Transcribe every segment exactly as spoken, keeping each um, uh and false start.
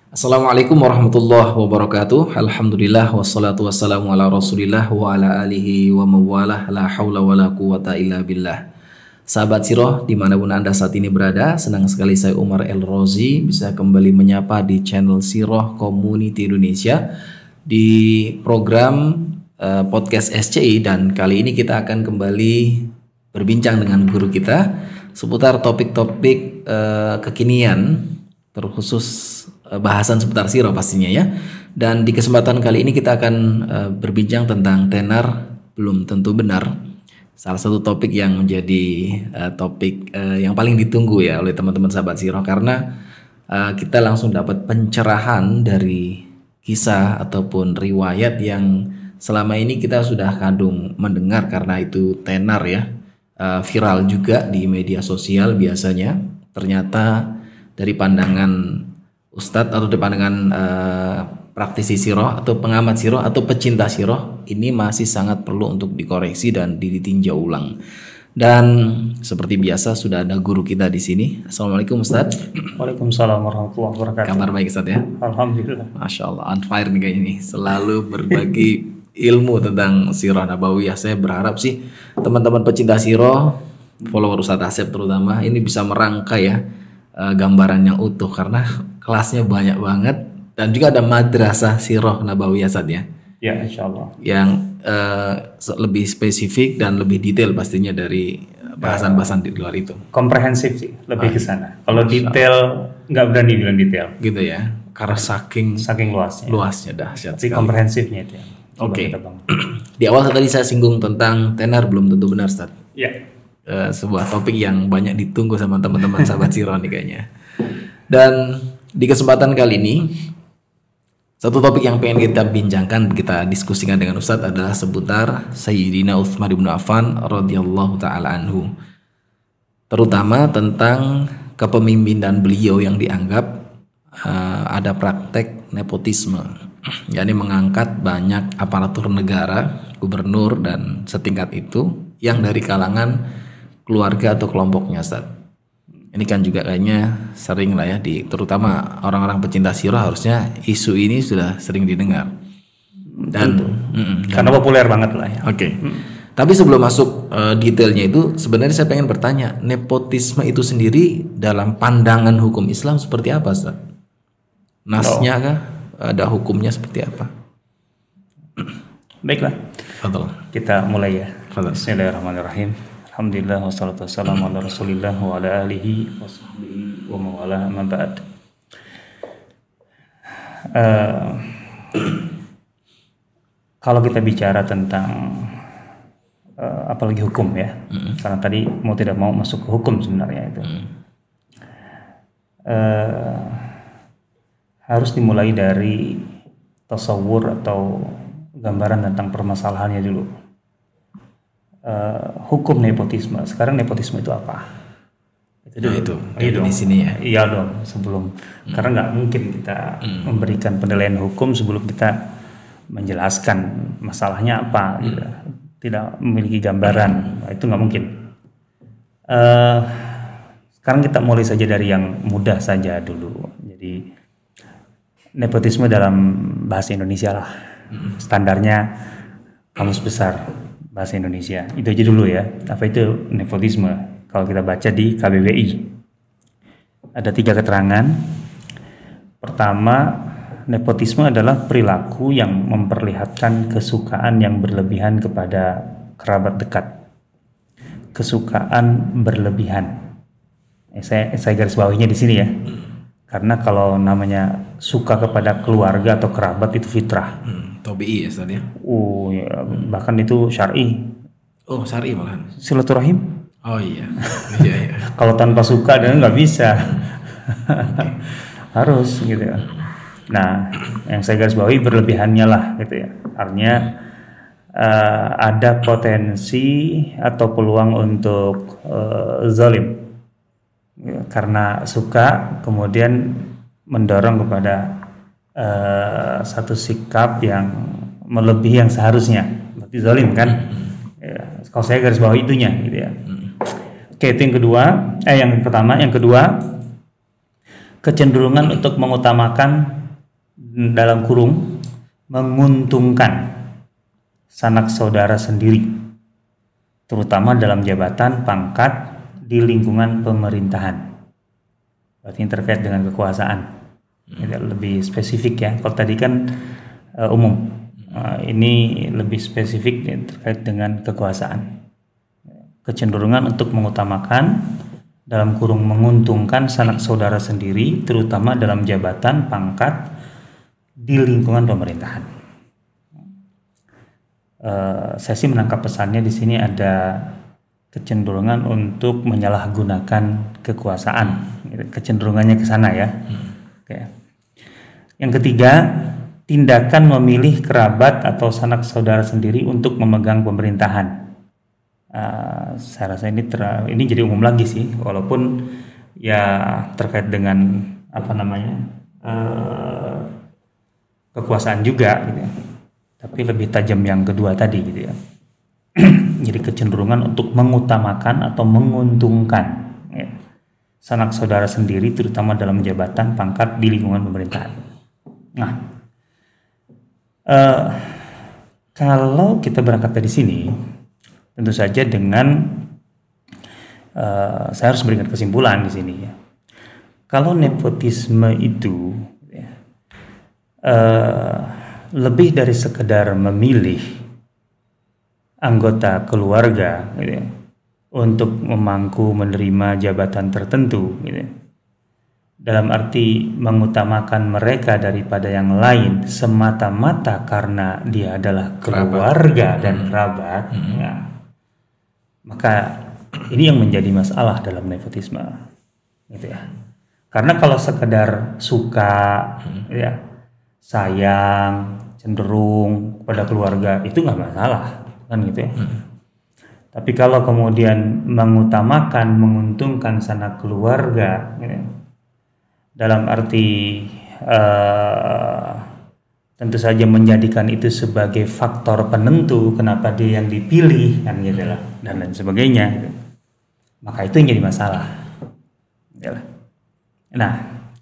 Assalamualaikum warahmatullahi wabarakatuh. Alhamdulillah wassalatu wassalamu ala Rasulillah wa ala alihi wa mawalah la haula wa la quwata illa billah. Sahabat Siroh dimanapun Anda saat ini berada, senang sekali saya Umar El Rozi bisa kembali menyapa di channel Siroh Community Indonesia di program uh, podcast S C I, dan kali ini kita akan kembali berbincang dengan guru kita seputar topik-topik uh, kekinian, terkhusus bahasan seputar siroh pastinya ya. Dan di kesempatan kali ini kita akan uh, berbincang tentang tenar belum tentu benar. Salah satu topik yang menjadi uh, topik uh, yang paling ditunggu ya oleh teman-teman sahabat siroh, karena uh, kita langsung dapat pencerahan dari kisah ataupun riwayat yang selama ini kita sudah kadung mendengar, karena itu tenar ya, uh, viral juga di media sosial biasanya. Ternyata dari pandangan Ustadz atau depan dengan uh, praktisi siroh atau pengamat siroh atau pecinta siroh, ini masih sangat perlu untuk dikoreksi dan ditinjau ulang. Dan seperti biasa sudah ada guru kita di sini. Assalamualaikum Ustadz. Waalaikumsalam warahmatullahi wabarakatuh. Kabar baik Ustadz ya? Alhamdulillah. Masya Allah, on fire nih kayaknya nih. Selalu berbagi ilmu tentang siroh nabawiyah. Saya berharap sih teman-teman pecinta siroh, follower Ustadz Asep terutama, ini bisa merangkai ya uh, gambaran yang utuh, karena kelasnya banyak banget, dan juga ada madrasah siroh nabawiyah saja. Ya, insya Allah. Yang uh, lebih spesifik dan lebih detail pastinya dari bahasan-bahasan di luar itu. Komprehensif sih, lebih ke sana. Kalau detail nggak berani bilang detail. Gitu ya, karena saking saking luasnya. Luasnya dahsyat sekali. sekali. Komprehensifnya itu. Oke. Okay. Di awal tadi saya singgung tentang tenar belum tentu benar, Ustaz. Ya. Uh, sebuah topik yang banyak ditunggu sama teman-teman sahabat siroh nih kayaknya. Dan di kesempatan kali ini, satu topik yang pengen kita bincangkan, kita diskusikan dengan Ustadz adalah seputar Sayyidina Utsman bin Affan radhiyallahu taala anhu. Terutama tentang kepemimpinan beliau yang dianggap uh, ada praktek nepotisme, yakni mengangkat banyak aparatur negara, gubernur dan setingkat itu yang dari kalangan keluarga atau kelompoknya, Ustadz. Ini kan juga kayaknya sering lah ya, di terutama orang-orang pecinta siroh harusnya isu ini sudah sering didengar. Dan, mm, dan karena populer banget lah ya. Oke. Okay. Mm. Tapi sebelum masuk uh, detailnya itu, sebenarnya saya pengen bertanya, nepotisme itu sendiri dalam pandangan hukum Islam seperti apa, Ustaz? Nasnya kah? Ada hukumnya seperti apa? Baiklah. Betul. Kita mulai ya. Betul. Bismillahirrahmanirrahim. Alhamdulillah wassalatu wassalamu ala Rasulillah wa ala alihi wa sahbihi wa mawala amma ba'd. Uh, kalau kita bicara tentang uh, apalagi hukum ya, mm-hmm. karena tadi mau tidak mau masuk ke hukum sebenarnya itu, mm. uh, harus dimulai dari tasawur atau gambaran tentang permasalahannya dulu. Uh, hukum nepotisme. Sekarang nepotisme itu apa? Itu dulu. Nah, itu iya di sini ya. Iya dong. Sebelum, hmm. karena nggak mungkin kita hmm. memberikan penilaian hukum sebelum kita menjelaskan masalahnya apa. Hmm. Gitu. Tidak memiliki gambaran, hmm. itu nggak mungkin. Uh, sekarang kita mulai saja dari yang mudah saja dulu. Jadi nepotisme dalam bahasa Indonesia lah. Hmm. Standarnya Kamus Besar Bahasa Indonesia. Itu aja dulu ya. Apa itu nepotisme? Kalau kita baca di K B B I, ada tiga keterangan. Pertama, nepotisme adalah perilaku yang memperlihatkan kesukaan yang berlebihan kepada kerabat dekat. Kesukaan berlebihan. Eh, saya, saya garis bawahinya di sini ya. Karena kalau namanya suka kepada keluarga atau kerabat itu fitrah. Hmm, Tobi'i ya Ustaz ya? Oh ya, bahkan itu syar'i. Oh syar'i malahan. Silaturahim. Oh iya. Iya, iya. Kalau tanpa suka dan nggak bisa. Okay. Harus gitu ya. Nah, yang saya garis bawahi berlebihannya lah gitu ya. Artinya uh, ada potensi atau peluang untuk uh, zalim. Karena suka kemudian mendorong kepada uh, satu sikap yang melebihi yang seharusnya, berarti zalim kan? Ya, kalau saya garis bawah itunya gitu ya. Oke, itu yang kedua, eh yang pertama, yang kedua kecenderungan untuk mengutamakan dalam kurung menguntungkan sanak saudara sendiri, terutama dalam jabatan pangkat di lingkungan pemerintahan. Berarti ini terkait dengan kekuasaan. Ini lebih spesifik ya. Kalau tadi kan uh, umum, uh, ini lebih spesifik ya, terkait dengan kekuasaan. Kecenderungan untuk mengutamakan dalam kurung menguntungkan sanak saudara sendiri, terutama dalam jabatan pangkat di lingkungan pemerintahan. Uh, saya sih menangkap pesannya di sini ada kecenderungan untuk menyalahgunakan kekuasaan, kecenderungannya ke sana ya. Hmm. Oke. Yang ketiga, tindakan memilih kerabat atau sanak saudara sendiri untuk memegang pemerintahan. Uh, saya rasa ini ter, ini jadi umum lagi sih, walaupun ya terkait dengan apa namanya uh, kekuasaan juga, gitu ya. Tapi lebih tajam yang kedua tadi, gitu ya. Jadi kecenderungan untuk mengutamakan atau menguntungkan ya, sanak saudara sendiri, terutama dalam jabatan pangkat di lingkungan pemerintahan. Nah, eh, kalau kita berangkat dari sini, tentu saja dengan eh, saya harus berikan kesimpulan di sini ya. Kalau nepotisme itu ya, eh, lebih dari sekedar memilih anggota keluarga gitu ya, untuk memangku menerima jabatan tertentu gitu ya, dalam arti mengutamakan mereka daripada yang lain semata-mata karena dia adalah keluarga kerabat. dan kerabat hmm. ya, maka ini yang menjadi masalah dalam nepotisme gitu ya. Karena kalau sekedar suka hmm. ya, sayang, cenderung pada keluarga, itu nggak masalah kan gitu ya. Hmm. Tapi kalau kemudian mengutamakan, menguntungkan sanak keluarga gitu, dalam arti uh, tentu saja menjadikan itu sebagai faktor penentu kenapa dia yang dipilih kan gitu lah, dan lain sebagainya gitu, maka itu yang jadi masalah gitu. Nah,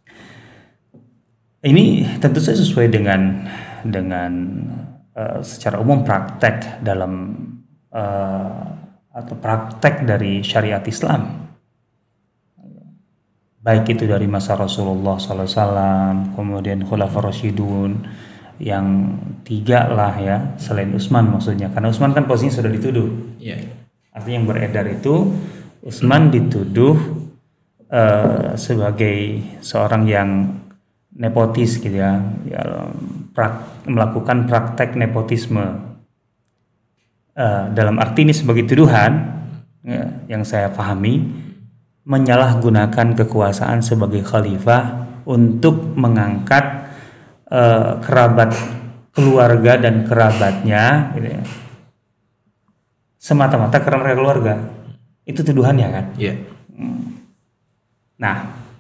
ini tentu saja sesuai dengan dengan Uh, secara umum praktek dalam uh, atau praktek dari syariat Islam, baik itu dari masa Rasulullah shallallahu alaihi wasallam, kemudian Khulafaur Rasyidun yang tiga lah ya, selain Utsman maksudnya, karena Utsman kan posisinya sudah dituduh. Yeah. Artinya yang beredar itu Utsman dituduh uh, sebagai seorang yang nepotis gitu ya, ya prak, melakukan praktek nepotisme. Uh, dalam arti ini sebagai tuduhan ya, yang saya pahami menyalahgunakan kekuasaan sebagai khalifah untuk mengangkat uh, kerabat keluarga dan kerabatnya gitu ya, semata-mata karena mereka keluarga. Itu tuduhannya kan? Iya. Yeah. Nah,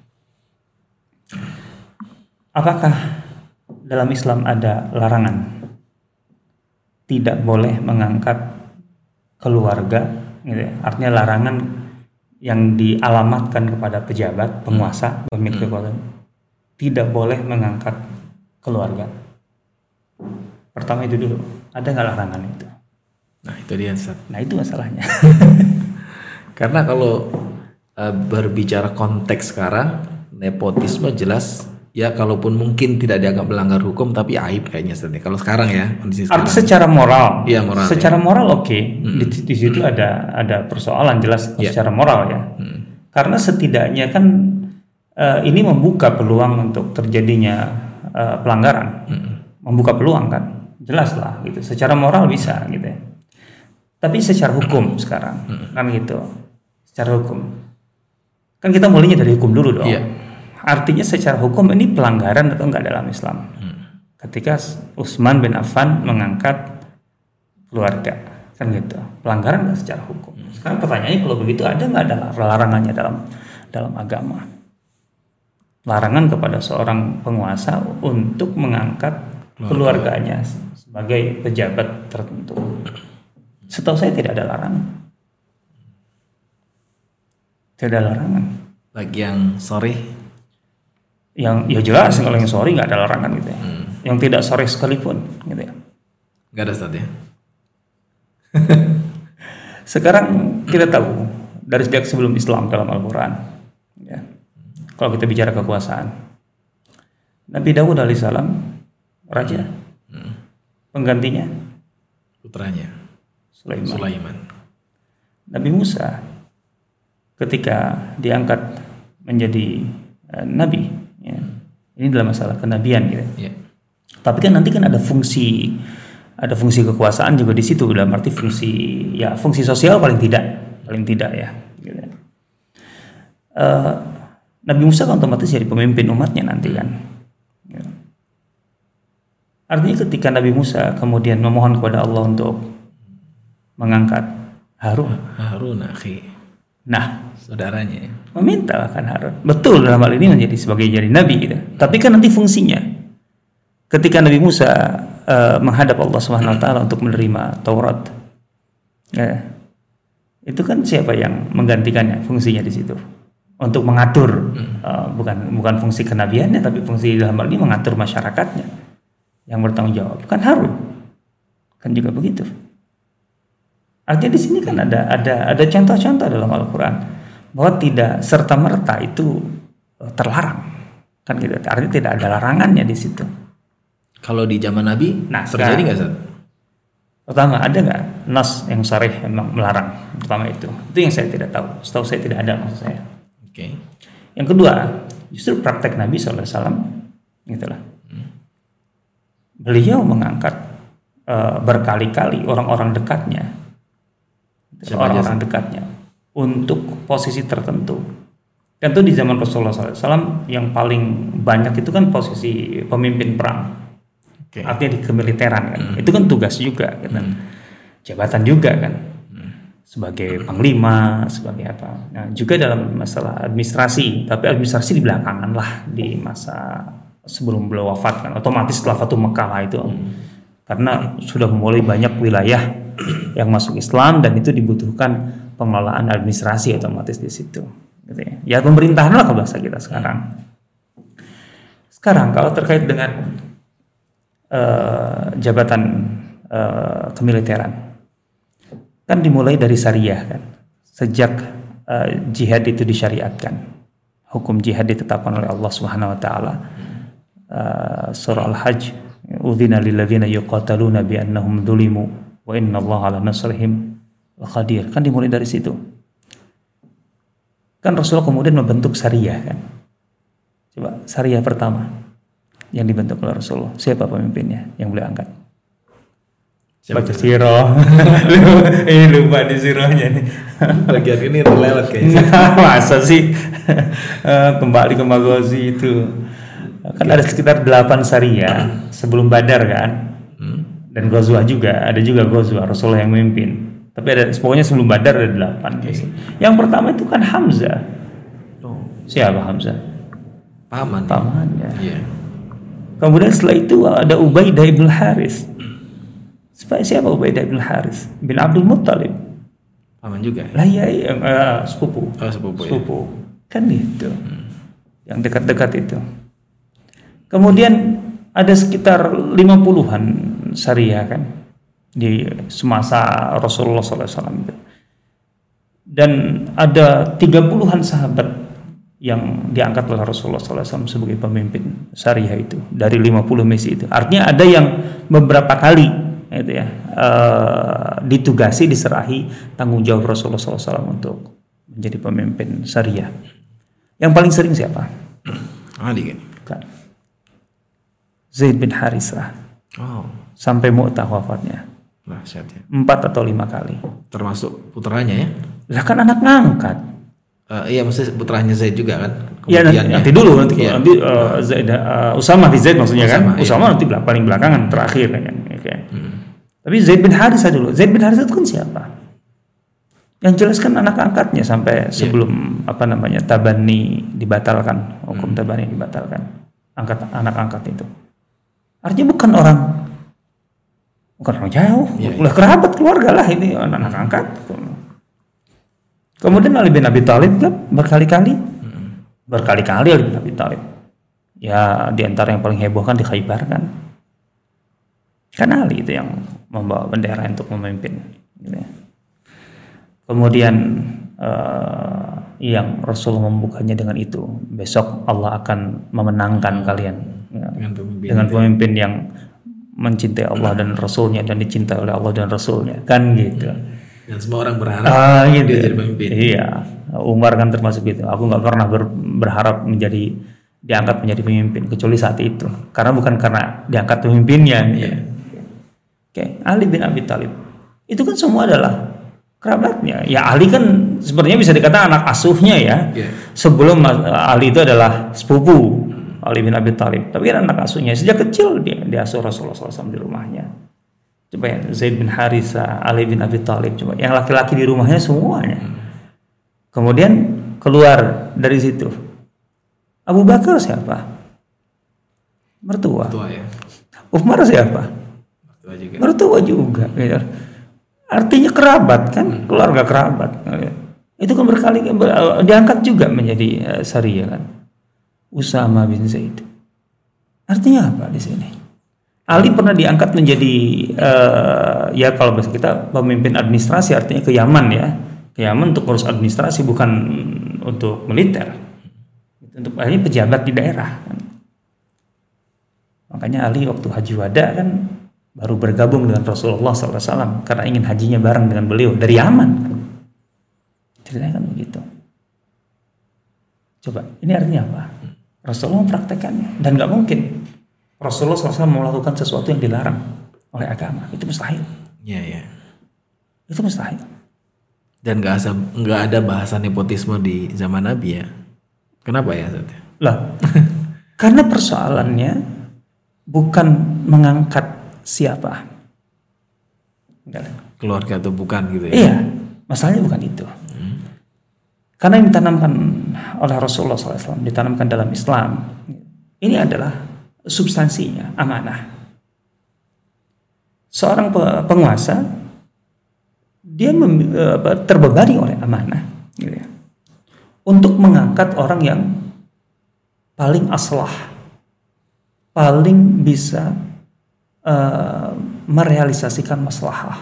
apakah dalam Islam ada larangan tidak boleh mengangkat keluarga gitu ya? Artinya larangan yang dialamatkan kepada pejabat, penguasa, pemilik kekuasaan, tidak boleh mengangkat keluarga. Pertama itu dulu, ada nggak larangan itu? Nah itu dia Ustaz. Nah itu masalahnya. Karena kalau uh, berbicara konteks sekarang, nepotisme jelas ya, kalaupun mungkin tidak dianggap melanggar hukum, tapi aib kayaknya Ustaz. Kalau sekarang ya kondisi sekarang. Arti secara moral. Iya moral. Secara ya. moral oke. Okay. Hmm. Di, di situ ada ada persoalan jelas ya. Secara moral ya. Hmm. Karena setidaknya kan uh, ini membuka peluang untuk terjadinya uh, pelanggaran, hmm. membuka peluang kan, jelas lah gitu. Secara moral bisa gitu ya. Tapi secara hukum sekarang hmm. kan gitu. Secara hukum kan kita mulainya dari hukum dulu dong. Yeah. Artinya secara hukum ini pelanggaran atau enggak dalam Islam? Hmm. Ketika Utsman bin Affan mengangkat keluarga, kan gitu. Pelanggaran enggak secara hukum? Hmm. Sekarang pertanyaannya kalau begitu ada enggak ada larangannya dalam dalam agama? Larangan kepada seorang penguasa untuk mengangkat keluarganya sebagai pejabat tertentu. Setahu saya tidak ada larangan. Tidak ada larangan. Bagi yang sorry, Yang ya jelas kalau yang sorry nggak ada larangan gitu ya. Hmm. Yang tidak sorry sekalipun gitu ya. Nggak ada Ustaz ya. Sekarang kita tahu dari sejak sebelum Islam dalam Al-Quran ya, kalau kita bicara kekuasaan, Nabi Daud alaihissalam raja, hmm. penggantinya putranya Sulaiman. Sulaiman. Nabi Musa ketika diangkat menjadi uh, nabi ya, ini dalam masalah kenabian gitu ya. Tapi kan nanti kan ada fungsi ada fungsi kekuasaan juga di situ, dalam arti fungsi ya fungsi sosial paling tidak paling tidak ya. Gitu. Uh, Nabi Musa kan otomatis jadi pemimpin umatnya nanti kan. Ya. Artinya ketika Nabi Musa kemudian memohon kepada Allah untuk mengangkat Harun, Harun akhi. Nah, saudaranya ya. Meminta akan Harun. Betul dalam hal ini menjadi sebagai jadi nabi gitu. Tapi kan nanti fungsinya ketika Nabi Musa uh, menghadap Allah Subhanahu wa taala untuk menerima Taurat. Ya. Itu kan siapa yang menggantikannya fungsinya di situ? Untuk mengatur uh, bukan bukan fungsi kenabiannya tapi fungsi dalam hal ini mengatur masyarakatnya yang bertanggung jawab. Kan Harun. Kan juga begitu. Artinya di sini kan ada ada ada contoh-contoh dalam Al-Qur'an bahwa tidak serta merta itu terlarang. Kan gitu. Artinya tidak ada larangannya di situ. Kalau di zaman Nabi, nah, terjadi nggak Ustaz? Pertama, ada nggak nas yang sharih memang melarang? Pertama itu, itu yang saya tidak tahu. Setahu saya tidak ada maksud saya. Oke. Okay. Yang kedua, justru praktek Nabi shallallahu alaihi wasallam, gitulah. Hmm. Beliau mengangkat uh, berkali-kali orang-orang dekatnya, orang-orang dekatnya untuk posisi tertentu. Tentu di zaman Rasulullah shallallahu alaihi wasallam yang paling banyak itu kan posisi pemimpin perang. Okay. Artinya di kemiliteran kan, hmm. itu kan tugas juga, kan? hmm. jabatan juga kan, hmm. sebagai panglima, sebagai apa. Nah, juga dalam masalah administrasi, tapi administrasi di belakangan lah di masa sebelum beliau wafat kan, otomatis setelah Fatu Mekah lah itu, hmm. karena sudah mulai banyak wilayah yang masuk Islam dan itu dibutuhkan pengelolaan administrasi otomatis di situ. Gitu ya. ya pemerintahan lah kalau bahasa kita sekarang. Sekarang kalau terkait dengan Uh, jabatan uh, kemiliteran kan dimulai dari syariah kan, sejak uh, jihad itu disyariatkan, hukum jihad ditetapkan oleh Allah Subhanahu wa taala. uh, surah Al-Hajj, udzina lil ladzina yuqataluna bi annahum dzulimu wa innallaha 'ala nasrihim laqadir, kan dimulai dari situ. Kan Rasulullah kemudian membentuk syariah kan. Coba syariah pertama yang dibentuk oleh Rasulullah, siapa pemimpinnya yang beliau angkat? Baca sirah. Ini lupa di sirahnya nih. Bagian ini terlewat kayaknya. Masa sih kembali ke Maghazi itu kan, okay. Ada sekitar delapan syariah sebelum Badar kan, hmm. dan Ghazwah juga ada, juga Ghazwah Rasulullah yang memimpin. Tapi ada pokoknya sebelum Badar ada delapan. Okay. Yang pertama itu kan Hamzah. Oh. Siapa Hamzah? Paman. Paman ya. Yeah. Kemudian setelah itu ada Ubaidah bin Haris. Siapa Ubaidah bin Haris? Bin Abdul Muttalib. Paman juga. Lah iya, iya uh, sepupu. Oh, sepupu. Sepupu. Ya. Kan itu. Hmm. Yang dekat-dekat itu. Kemudian ada sekitar lima puluhan syariah kan di semasa Rasulullah shallallahu alaihi wasallam. Dan ada tiga puluhan sahabat yang diangkat oleh Rasulullah shallallahu alaihi wasallam sebagai pemimpin syariah itu dari lima puluh misi itu. Artinya ada yang beberapa kali itu ya uh, ditugasi, diserahi tanggung jawab Rasulullah shallallahu alaihi wasallam untuk menjadi pemimpin syariah. Yang paling sering siapa? Ali kan? Zaid bin Harisah. Oh. Sampai Mu'tah wafatnya. Nah, ya. Empat atau lima kali. Termasuk putranya ya? Lah kan anak ngangkat. Uh, iya, maksudnya putranya Zaid juga kan? Iya, nanti, nanti dulu nanti, ya. nanti uh, Zaid, uh, Usamah di Zaid maksudnya Usama, kan? Usamah iya. Nanti paling belakangan terakhir kan? Okay. Hmm. Tapi Zaid bin Harisah dulu. Zaid bin Harisah itu kan siapa? Yang jelas kan anak angkatnya sampai sebelum yeah. apa namanya tabani dibatalkan, hukum hmm. tabani dibatalkan, angkat anak angkat itu. Artinya bukan orang bukan orang jauh, yeah, udah yeah. kerabat keluarga lah ini anak, -anak angkat. Kemudian Ali bin Abi Thalib kan berkali-kali, hmm. berkali-kali Ali bin Abi Thalib Ya di antara yang paling heboh kan di Khaybar kan. Kan Ali itu yang membawa bendera untuk memimpin. Gitu ya. Kemudian uh, yang Rasul membukanya dengan itu, besok Allah akan memenangkan kalian ya, dengan pemimpin, dengan pemimpin yang mencintai Allah dan Rasulnya dan dicintai oleh Allah dan Rasulnya, kan gitu. Dan semua orang berharap ah, gitu. dia jadi pemimpin. Iya, Umar kan termasuk itu. Aku nggak pernah ber, berharap menjadi diangkat menjadi pemimpin kecuali saat itu, karena bukan karena diangkat pemimpinnya. Gitu. Yeah. Oke, Ali bin Abi Thalib itu kan semua adalah kerabatnya. Ya Ali kan sebenarnya bisa dikatakan anak asuhnya ya. Yeah. Sebelum Ali itu adalah sepupu Ali bin Abi Thalib, tapi kan anak asuhnya sejak kecil dia diasuh Rasulullah shallallahu alaihi wasallam di rumahnya. Coba ya, Zaid bin Harithah, Ali bin Abi Thalib, coba yang laki-laki di rumahnya semuanya. Kemudian keluar dari situ, Abu Bakar siapa? Mertua. Mertua ya. Umar siapa? Mertua juga. Mertua juga. Gitu. Artinya kerabat kan, keluarga kerabat. Itu kan berkali diangkat juga menjadi uh, Sariyah kan. Usama bin Zaid. Artinya apa di sini? Ali pernah diangkat menjadi uh, ya kalau bahasa kita pemimpin administrasi, artinya ke Yaman ya. Ke Yaman untuk urus administrasi, bukan untuk militer. Untuk akhirnya pejabat di daerah kan. Makanya Ali waktu haji wada kan baru bergabung dengan Rasulullah shallallahu alaihi wasallam karena ingin hajinya bareng dengan beliau dari Yaman kan. Ceritanya kan begitu. Coba, ini artinya apa? Rasulullah mempraktekannya dan nggak mungkin Rasulullah shallallahu alaihi wasallam melakukan sesuatu yang dilarang oleh agama. Itu mustahil. Iya, iya. Itu mustahil. Dan nggak ada nggak ada bahasan nepotisme di zaman Nabi ya. Kenapa ya? Lah, karena persoalannya bukan mengangkat siapa, keluarga atau bukan gitu ya? Iya, masalahnya bukan itu. Hmm. Karena yang ditanamkan oleh Rasulullah shallallahu alaihi wasallam, ditanamkan dalam Islam, ini adalah substansinya, amanah. Seorang penguasa dia mem, terbebani oleh amanah, gitu ya, untuk mengangkat orang yang paling aslah, paling bisa uh, merealisasikan maslahah.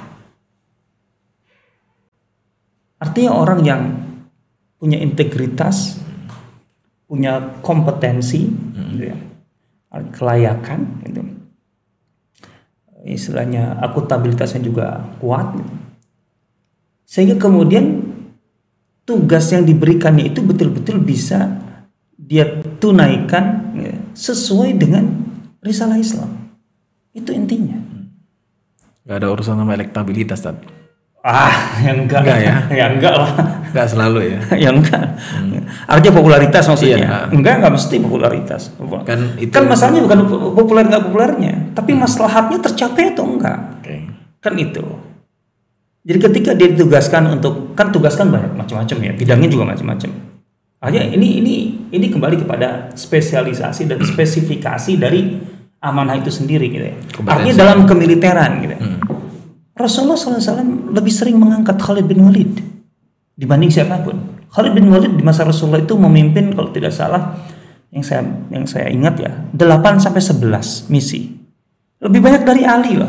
Artinya orang yang punya integritas, punya kompetensi, hmm. gitu ya, kelayakan, gitu. Istilahnya akuntabilitasnya juga kuat, gitu. Sehingga kemudian tugas yang diberikannya itu betul-betul bisa dia tunaikan ya, sesuai dengan risalah Islam. Itu intinya. Gak ada urusan sama elektabilitas, Tad. Ah, yang enggak, enggak ya? Ya enggak lah. Enggak selalu ya? Ya enggak. Hmm. Artinya popularitas maksudnya. Iya. Enggak, enggak mesti popularitas. Kan itu kan masalahnya bukan populer enggak populernya, tapi hmm. maslahatnya tercapai atau enggak. Okay. Kan itu. Jadi ketika dia ditugaskan untuk, kan tugaskan banyak macam-macam ya, bidangnya juga macam-macam. Hanya ini ini ini kembali kepada spesialisasi dan spesifikasi dari amanah itu sendiri gitu ya. Artinya dalam kemiliteran gitu. Hmm. Rasulullah shallallahu alaihi wasallam lebih sering mengangkat Khalid bin Walid dibanding siapapun. Khalid bin Walid di masa Rasulullah itu memimpin kalau tidak salah yang saya yang saya ingat ya delapan sampai sebelas misi. Lebih banyak dari Ali loh.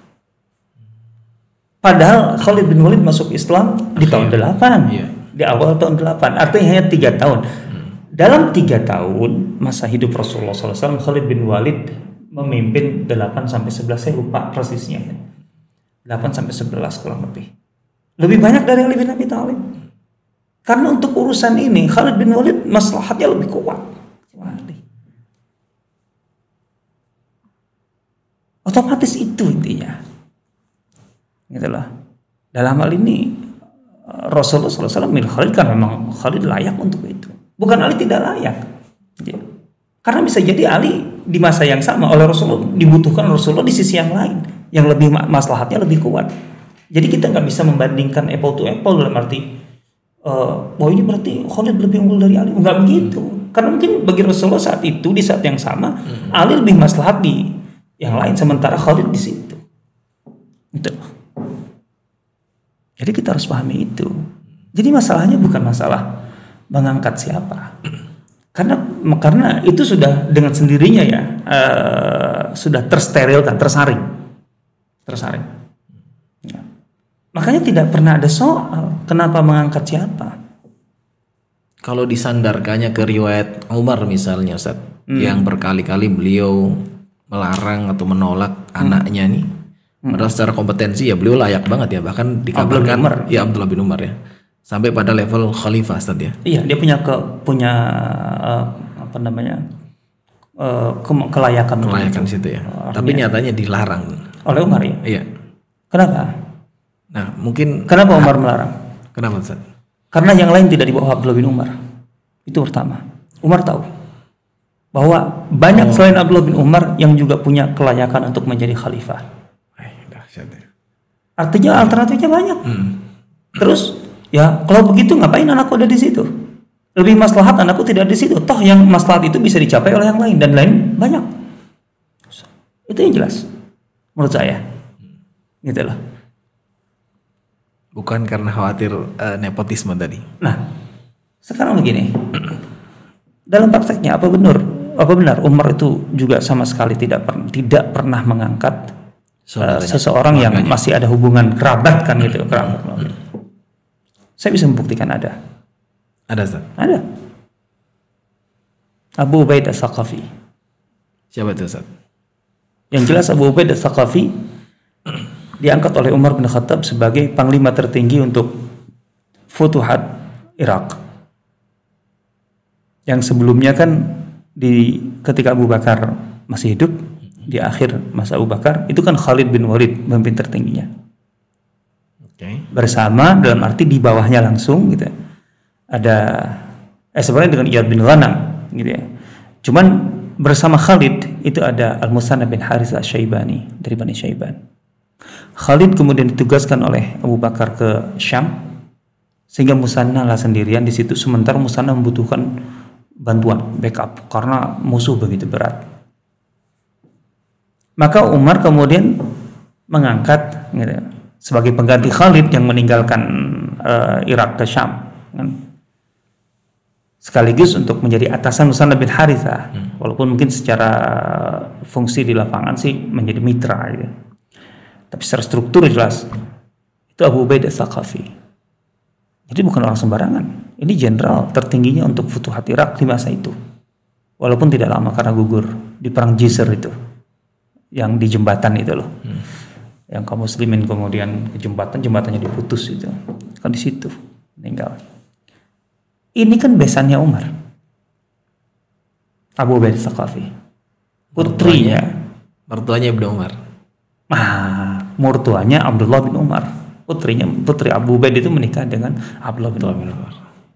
Padahal Khalid bin Walid masuk Islam di tahun delapan, yeah. di awal tahun delapan, artinya hanya tiga tahun. Hmm. Dalam tiga tahun masa hidup Rasulullah shallallahu alaihi wasallam, Khalid bin Walid memimpin delapan sampai sebelas, saya lupa persisnya, delapan sampai sebelas kurang lebih. Lebih banyak dari Ali bin Abi Thalib. Karena untuk urusan ini Khalid bin Walid maslahatnya lebih kuat. Otomatis itu intinya. Gitulah. Dalam hal ini Rasulullah shallallahu alaihi wasallam milih Khalid kan memang Khalid layak untuk itu. Bukan Ali tidak layak. Ya. Karena bisa jadi Ali di masa yang sama oleh Rasulullah dibutuhkan Rasulullah di sisi yang lain yang lebih maslahatnya lebih kuat. Jadi kita nggak bisa membandingkan apple to apple dalam arti uh, oh ini berarti Khalid lebih unggul dari Ali. Enggak begitu. Karena mungkin bagi Rasulullah saat itu di saat yang sama hmm. Ali lebih maslahat di yang lain sementara Khalid di situ. Itu. Jadi kita harus pahami itu. Jadi masalahnya bukan masalah mengangkat siapa, Karena karena itu sudah dengan sendirinya ya uh, sudah tersterilkan, tersaring, tersaring. Ya. Makanya tidak pernah ada soal kenapa mengangkat siapa. Kalau disandarkannya ke riwayat Umar misalnya, Ustaz, hmm. yang berkali-kali beliau melarang atau menolak hmm. anaknya nih, hmm. padahal secara kompetensi ya beliau layak banget ya, bahkan dikabarkan Abdullah ya Abdullah bin Umar ya, sampai pada level khalifah, Ustaz ya. Iya, dia punya ke, punya uh, apa namanya uh, ke, kelayakan. Kelayakan situ ya. Artinya, tapi nyatanya dilarang oleh Umar ya. Iya. Kenapa? Nah, mungkin kenapa Umar melarang? Kenapa, Ustaz? Karena yang lain tidak di bawah Abdullah bin Umar. Itu pertama. Umar tahu bahwa banyak oh. selain Abdullah bin Umar yang juga punya kelayakan untuk menjadi khalifah. Eh, dahsyat ya. Artinya alternatifnya banyak. Hmm. Terus ya kalau begitu ngapain anakku ada di situ? Lebih maslahat anakku tidak di situ. Toh yang maslahat itu bisa dicapai oleh yang lain dan lain banyak. Itu yang jelas menurut saya. Gitu loh. Bukan karena khawatir uh, nepotisme tadi. Nah, sekarang begini. Dalam prakteknya apa benar? Apa benar Umar itu juga sama sekali tidak pernah tidak pernah mengangkat uh, seseorang yang masih ada hubungan kerabat kan gitu, kerabat. Hmm. Saya bisa membuktikan ada. Ada, Ustaz? Ada. Abu Ubaidah Tsaqafi. Siapa itu, Ustaz? Yang jelas Abu Ubaidah Tsaqafi diangkat oleh Umar bin Khattab sebagai panglima tertinggi untuk Futuhat Irak. Yang sebelumnya kan di ketika Abu Bakar masih hidup, di akhir masa Abu Bakar itu kan Khalid bin Walid pemimpin tertingginya. Okay. Bersama dalam arti di bawahnya langsung gitu. Ada eh sebenarnya dengan Iyad bin Ghanam gitu ya. Cuman bersama Khalid itu ada Al-Musanna bin Harith Asy-Syaibani dari Bani Syaiban. Khalid kemudian ditugaskan oleh Abu Bakar ke Syam sehingga Musanna lah sendirian di situ, sementara Musanna membutuhkan bantuan backup karena musuh begitu berat. Maka Umar kemudian mengangkat gitu, sebagai pengganti Khalid yang meninggalkan uh, Irak ke Syam kan? Sekaligus untuk menjadi atasan Musanna bin Harithah, hmm. walaupun mungkin secara fungsi di lapangan sih menjadi mitra gitu. Tapi secara struktur jelas itu Abu Ubaidah Tsaqafi. Jadi bukan orang sembarangan. Ini jenderal tertingginya untuk Futuhat Irak di masa itu. Walaupun tidak lama karena gugur di perang Jisr itu, yang di jembatan itu loh, hmm. yang kaum muslimin kemudian ke jembatan, jembatannya diputus itu, kan di situ meninggal. Ini kan besannya Umar, Abu Ubaidah Tsaqafi, putrinya, mertuanya Ibnu Umar. Ah, mertuanya Abdullah bin Umar, putrinya putri Abu Ubaidah itu menikah dengan Abdullah bin Umar.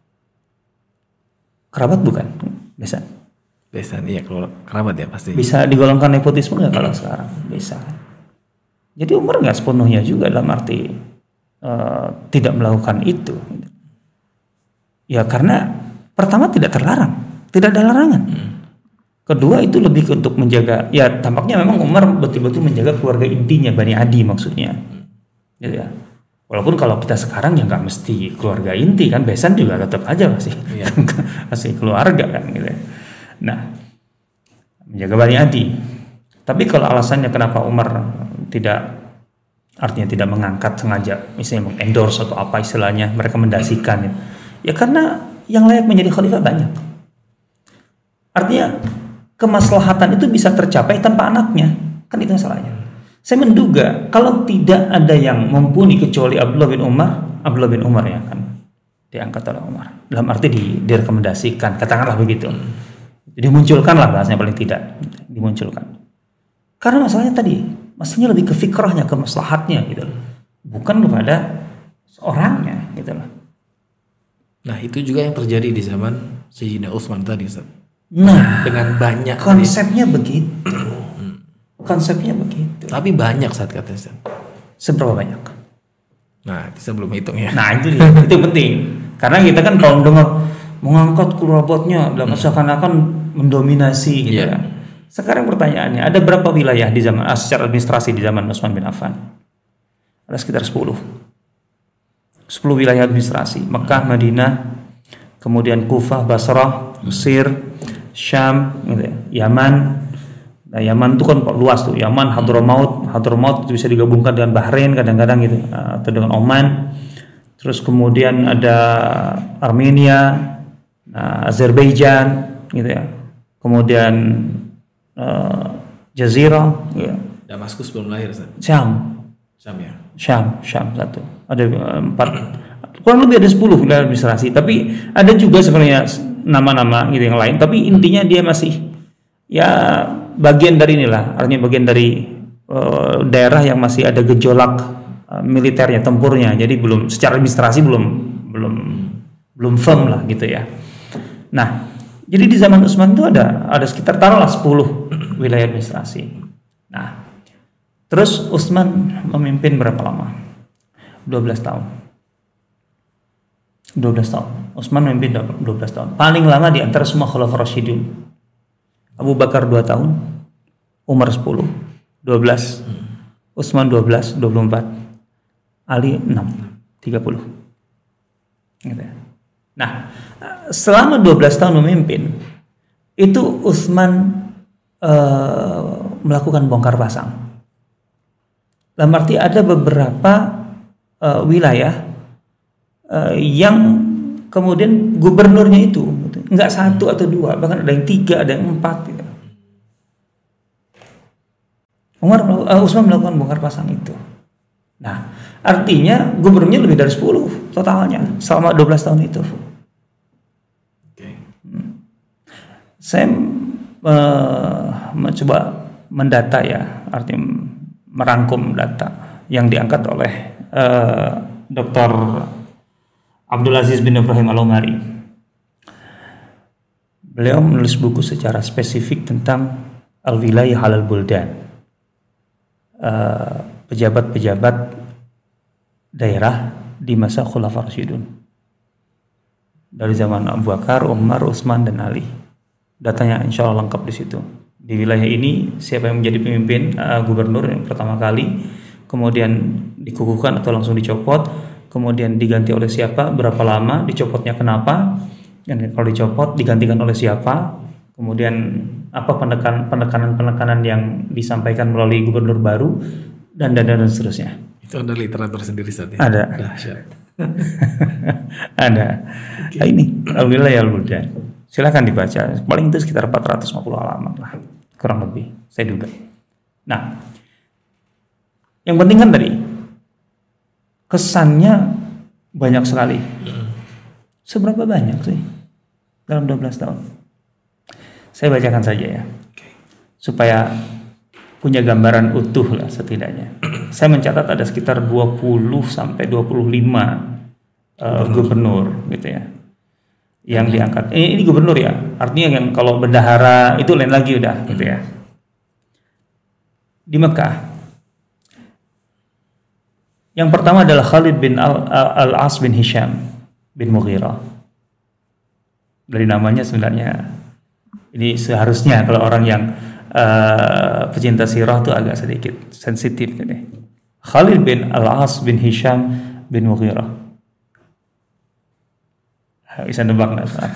Kerabat bukan? Besan. Besan, iya kalau kerabat ya pasti. Bisa digolongkan nepotisme nggak kalau sekarang? Bisa. Jadi Umar nggak sepenuhnya juga dalam arti uh, tidak melakukan itu. Ya karena pertama tidak terlarang, tidak ada larangan. Hmm. Kedua itu lebih untuk menjaga, ya tampaknya memang Umar betul-betul menjaga keluarga intinya, Bani Adi maksudnya. Gitu ya. Walaupun kalau kita sekarang ya nggak mesti keluarga inti kan, besan juga tetap aja masih, iya. masih keluarga kan gitu. Nah, menjaga Bani Adi. Tapi kalau alasannya kenapa Umar tidak, artinya tidak mengangkat sengaja, misalnya mengendorse atau apa istilahnya, merekomendasikan, ya karena yang layak menjadi khalifah banyak. Artinya kemaslahatan itu bisa tercapai tanpa anaknya, kan itu masalahnya. Saya menduga kalau tidak ada yang mumpuni kecuali Abdullah bin Umar, Abdullah bin Umar ya kan diangkat oleh Umar. Dalam arti di, direkomendasikan, katakanlah begitu. Dimunculkanlah bahasanya paling tidak, dimunculkan. Karena masalahnya tadi, masalahnya lebih ke fikrahnya, ke maslahatnya gitu loh. Bukan kepada seorangnya gitu loh. Nah, itu juga yang terjadi di zaman Sayyidina Utsman tadi, Ustaz. Nah, dengan banyak konsepnya tadi. begitu. Konsepnya begitu. Tapi banyak saat kata Ustaz. Seberapa banyak? Nah, itu sebelum hitung ya. Nah, itu dia. Itu penting. Karena kita kan kalau dengar mengangkat kerabatnya dalam hmm. seakan-akan mendominasi gitu yeah. kan. Sekarang pertanyaannya, ada berapa wilayah di zaman secara administrasi di zaman Utsman bin Affan? Ada sekitar sepuluh. sepuluh wilayah administrasi, Mekah, Madinah, kemudian Kufah, Basrah, Mesir, Syam, gitu ya. Yaman. Nah, Yaman itu kan luas tuh. Yaman, Hadramaut, Hadramaut itu bisa digabungkan dengan Bahrain kadang-kadang gitu, atau dengan Oman. Terus kemudian ada Armenia, nah, Azerbaijan, gitu ya. Kemudian uh, Jazirah, gitu ya. Damaskus belum lahir, Ustaz. Syam, Syam ya. Syam, Syam satu. Ada uh, empat, kurang lebih ada sepuluh wilayah administrasi. Tapi ada juga sebenarnya nama-nama gitu yang lain. Tapi intinya dia masih ya bagian dari inilah, artinya bagian dari uh, daerah yang masih ada gejolak uh, militernya, tempurnya. Jadi belum secara administrasi belum belum belum firm lah gitu ya. Nah, jadi di zaman Utsman itu ada ada sekitar taruhlah sepuluh wilayah administrasi. Nah, terus Utsman memimpin berapa lama? dua belas tahun. dua belas tahun. Utsman memimpin dua belas tahun. Paling lama di antara semua Khulafaur Rasyidun. Abu Bakar dua tahun, Umar sepuluh, dua belas, Utsman dua belas, dua puluh empat, Ali enam, tiga puluh. Gitu ya. Nah, selama dua belas tahun memimpin, itu Utsman uh, melakukan bongkar pasang. Dalam arti ada beberapa uh, wilayah uh, yang kemudian gubernurnya itu gitu, nggak satu atau dua, bahkan ada yang tiga, ada yang empat gitu. Umar uh, Utsman melakukan bongkar pasang itu. Nah, artinya gubernurnya lebih dari sepuluh totalnya selama dua belas tahun itu. Okay. Hmm. Saya uh, mencoba mendata ya, artinya merangkum data yang diangkat oleh uh, Doktor Abdul Aziz bin Ibrahim Al-Umari. Beliau menulis buku secara spesifik tentang Al-Wilayah Halal Buldan, uh, pejabat-pejabat daerah di masa Khulafaur Rasyidun dari zaman Abu Bakar, Umar, Utsman dan Ali. Datanya insya Allah lengkap di situ. Di wilayah ini siapa yang menjadi pemimpin uh, gubernur yang pertama kali, kemudian dikukuhkan atau langsung dicopot, kemudian diganti oleh siapa, berapa lama, dicopotnya kenapa, dan kalau dicopot digantikan oleh siapa, kemudian apa penekanan penekanan penekanan yang disampaikan melalui gubernur baru, dan dan dan seterusnya. Itu ada literatur sendiri saat ini. Ada. Ada. Okay. Nah, ini Al-Wilayah Al-Buldan. Silakan dibaca. Paling itu sekitar empat ratus lima puluh halaman lah, kurang lebih. Saya duga. Nah, yang penting kan tadi kesannya banyak sekali. Seberapa banyak sih dalam dua belas tahun? Saya bacakan saja ya, supaya punya gambaran utuh lah setidaknya. Saya mencatat ada sekitar dua puluh sampai dua puluh lima uh, gubernur gitu ya, yang diangkat. Ini, ini gubernur ya, artinya yang kalau bendahara itu lain lagi udah gitu ya. Di Mekah, yang pertama adalah Khalid bin Al-As bin Hisham bin Mughirah. Dari namanya sebenarnya ini seharusnya kalau orang yang uh, pecinta sirah itu agak sedikit sensitif gitu. Khalid bin Al-As bin Hisham bin Mughirah. Bisa nebak nggak? uh,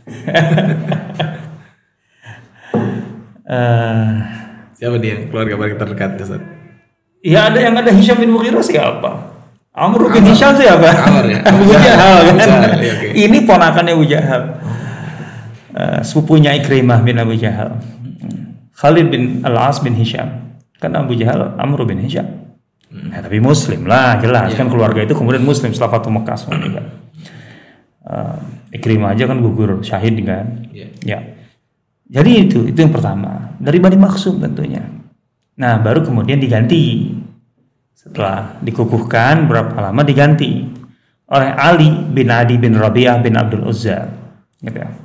Siapa dia? Keluarga paling terdekat, Ustaz? Ya ada yang ada Hisham bin Mughirah siapa? Amr bin Hisham siapa? Amr ya. Abu Jahal kan. Ya, okay. Ini ponakannya Abu Jahal. Uh, sepupunya Ikrimah bin Abu Jahal. Khalid bin Al-As bin Hisham. Kan Abu Jahal Amr bin Hisham. Nah, tapi Muslim lah, jelas yeah. Kan keluarga itu kemudian Muslim setelah Fatu Mekah semua juga. Uh, Ikrimah aja kan gugur syahid kan. Yeah. Ya. Jadi itu itu yang pertama dari Bani Makhzum tentunya. Nah baru kemudian diganti setelah dikukuhkan berapa lama diganti oleh Ali bin Adi bin Rabi'ah bin Abdul Uzza, gitu ya.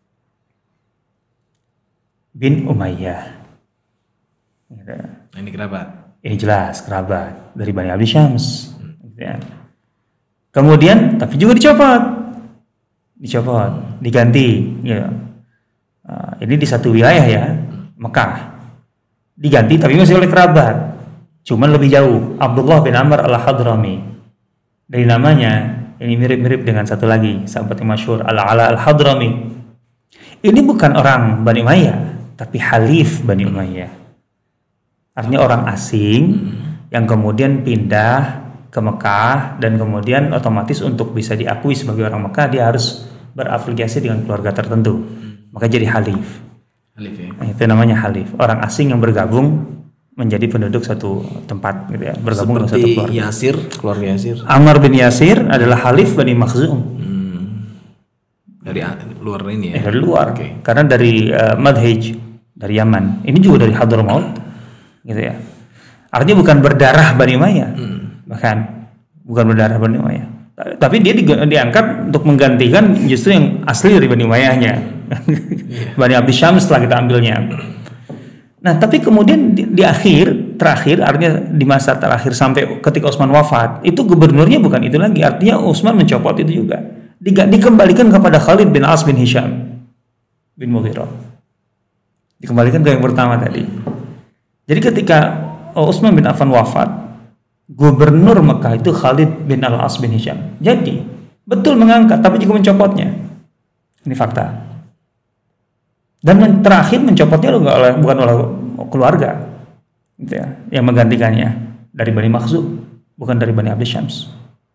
Bin Umayyah. Gitu. Nah, ini kerabat. Ini jelas kerabat dari Bani Abdi Syams. Gitu ya. Kemudian tapi juga dicopot, dicopot, diganti. Gitu. Nah, ini di satu wilayah ya, Mekah. Diganti tapi masih oleh kerabat. Cuman lebih jauh, Abdullah bin Amr al-Hadrami. Dari namanya ini mirip-mirip dengan satu lagi sahabat yang masyhur, Al-Ala al-Hadrami. Ini bukan orang Bani Umayyah, tapi halif Bani Umayyah. Artinya orang asing hmm. yang kemudian pindah ke Mekah dan kemudian otomatis untuk bisa diakui sebagai orang Mekah dia harus berafiliasi dengan keluarga tertentu. Hmm. Maka jadi halif. Halif ya. Nah, itu namanya halif. Orang asing yang bergabung menjadi penduduk satu tempat gitu ya, bergabung dengan satu keluarga. Yasir, keluarga Yasir. Ammar bin Yasir adalah halif Bani Makhzum. Hmm. Dari luar ini ya. Eh, dari luar. Okay. Karena dari uh, Madhij, dari Yaman. Ini juga dari Hadramaut. Gitu ya. Artinya bukan berdarah Bani Umayyah. Hmm. Bahkan bukan berdarah Bani Umayyah. Tapi dia di, diangkat untuk menggantikan justru yang asli dari Bani Umayyahnya. Yeah. Bani Abdi Syams setelah kita ambilnya. Nah, tapi kemudian di, di akhir, terakhir, artinya di masa terakhir sampai ketika Utsman wafat, itu gubernurnya bukan itu lagi. Artinya Utsman mencopot itu juga. Di, dikembalikan kepada Khalid bin As bin Hisham bin Mughirah. Dikembalikan ke yang pertama tadi. Jadi ketika Utsman bin Affan wafat, gubernur Mekah itu Khalid bin Al-As bin Hisham. Jadi, betul mengangkat, tapi juga mencopotnya. Ini fakta. Dan yang terakhir mencopotnya oleh, bukan oleh keluarga gitu ya, yang menggantikannya dari Bani Makhzum, bukan dari Bani Abdi Syams.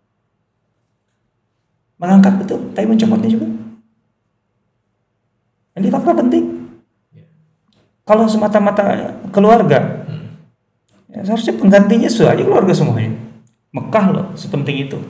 Mengangkat betul, tapi mencopotnya juga. Ini fakta penting. Kalau semata-mata keluarga, ya seharusnya penggantinya sudah aja keluarga semuanya. Mekah loh, sepenting itu.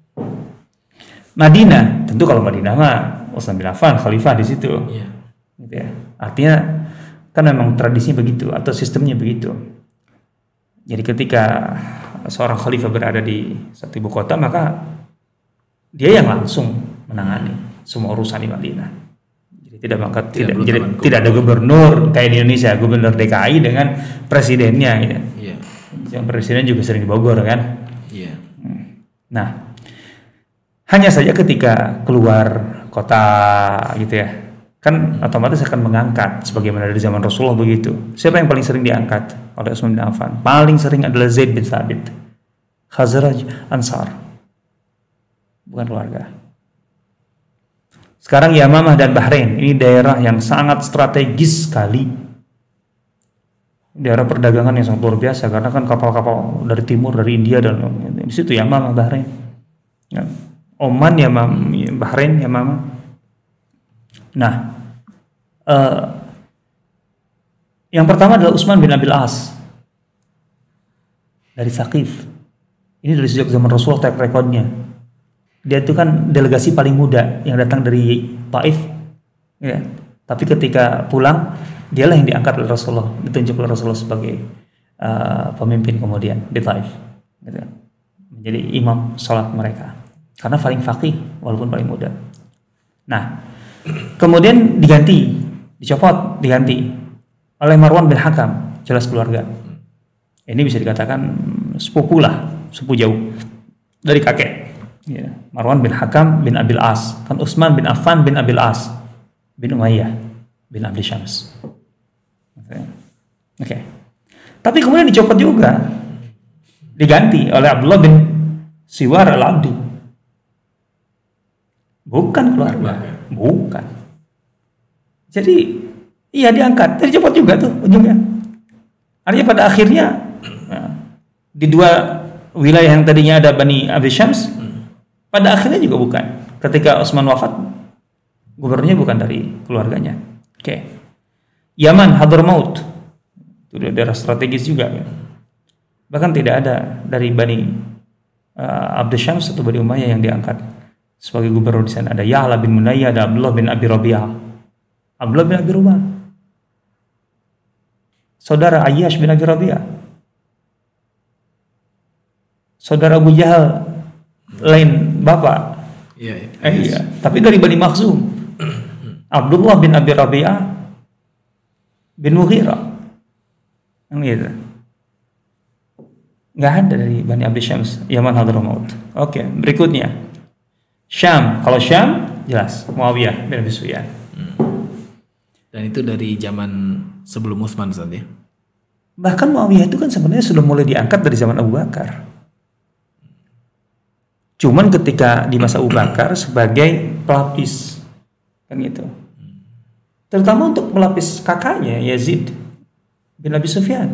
Madinah, tentu kalau Madinah mah Utsman bin Affan khalifah di situ. Yeah. Gitu ya. Artinya kan memang tradisinya begitu atau sistemnya begitu. Jadi ketika seorang khalifah berada di satu ibu kota, maka dia yang langsung menangani semua urusan di Madinah. Jadi tidak maka tidak tidak, jadi, tidak ada gubernur kayak di Indonesia, gubernur D K I dengan presidennya gitu. Iya. Yang presiden juga sering di Bogor kan. Iya. Nah, hanya saja ketika keluar kota gitu ya, kan otomatis akan mengangkat sebagaimana dari zaman Rasulullah begitu. Siapa yang paling sering diangkat oleh Utsman bin Affan? Paling sering adalah Zaid bin Thabit. Khazraj Ansar. Bukan keluarga. Sekarang Yamamah dan Bahrain, ini daerah yang sangat strategis sekali. Daerah perdagangan yang sangat luar biasa karena kan kapal-kapal dari timur, dari India dan di situ Yamamah, Bahrain. Ya. Oman, Yamam, Bahrain, Yamamah. Nah, uh, yang pertama adalah Utsman bin Abil As dari Saqif. Ini dari sejak zaman Rasulullah track recordnya. Dia itu kan delegasi paling muda yang datang dari Taif, ya. Tapi ketika pulang, dialah yang diangkat oleh Rasulullah, ditunjuk oleh Rasulullah sebagai uh, pemimpin kemudian di Taif, gitu. Menjadi imam sholat mereka. Karena paling faqih walaupun paling muda. Nah, kemudian diganti, dicopot, diganti oleh Marwan bin Hakam, jelas keluarga. Ini bisa dikatakan sepupu lah, sepupu jauh dari kakek. Ya. Marwan bin Hakam bin Abil As, kan Utsman bin Affan bin Abil As bin Umayyah bin Abdi Syams. Oke. Okay. Tapi kemudian dicopot juga, diganti oleh Abdullah bin Siwar al-Abdi. Bukan keluarga, bukan. Jadi, iya diangkat, tapi dicopot juga tuh ujungnya. Artinya pada akhirnya nah, di dua wilayah yang tadinya ada Bani Abdi Syams, pada akhirnya juga bukan. Ketika Utsman wafat, gubernurnya bukan dari keluarganya. Oke. Okay. Yaman, Hadramaut, itu daerah strategis juga. Ya. Bahkan tidak ada dari Bani uh, Abdi Syams atau Bani Umayyah yang diangkat sebagai gubernur di sana. Ada Ya'la bin Munayyah, ada Abdullah bin Abi Rabi'ah. Abdullah bin Abi Rabi'ah, saudara Ayyash bin Abi Rabi'ah, saudara Abu Jahal, lain bapak. Iya, iya. Eh, iya. Tapi dari Bani Makhzum. Abdullah bin Abi Rabi'ah bin Mughirah. Yang gitu. Nggak ada dari Bani Abdi Syams, Yaman, Hadramaut. Oke, berikutnya. Syam, kalau Syam jelas Muawiyah bin Abi Sufyan. Hmm. Dan itu dari zaman sebelum Utsman saat ya. Bahkan Muawiyah itu kan sebenarnya sudah mulai diangkat dari zaman Abu Bakar. Cuman ketika di masa Abu Bakar sebagai pelapis kan gitu. terutama untuk melapis kakaknya Yazid bin Abi Sufyan.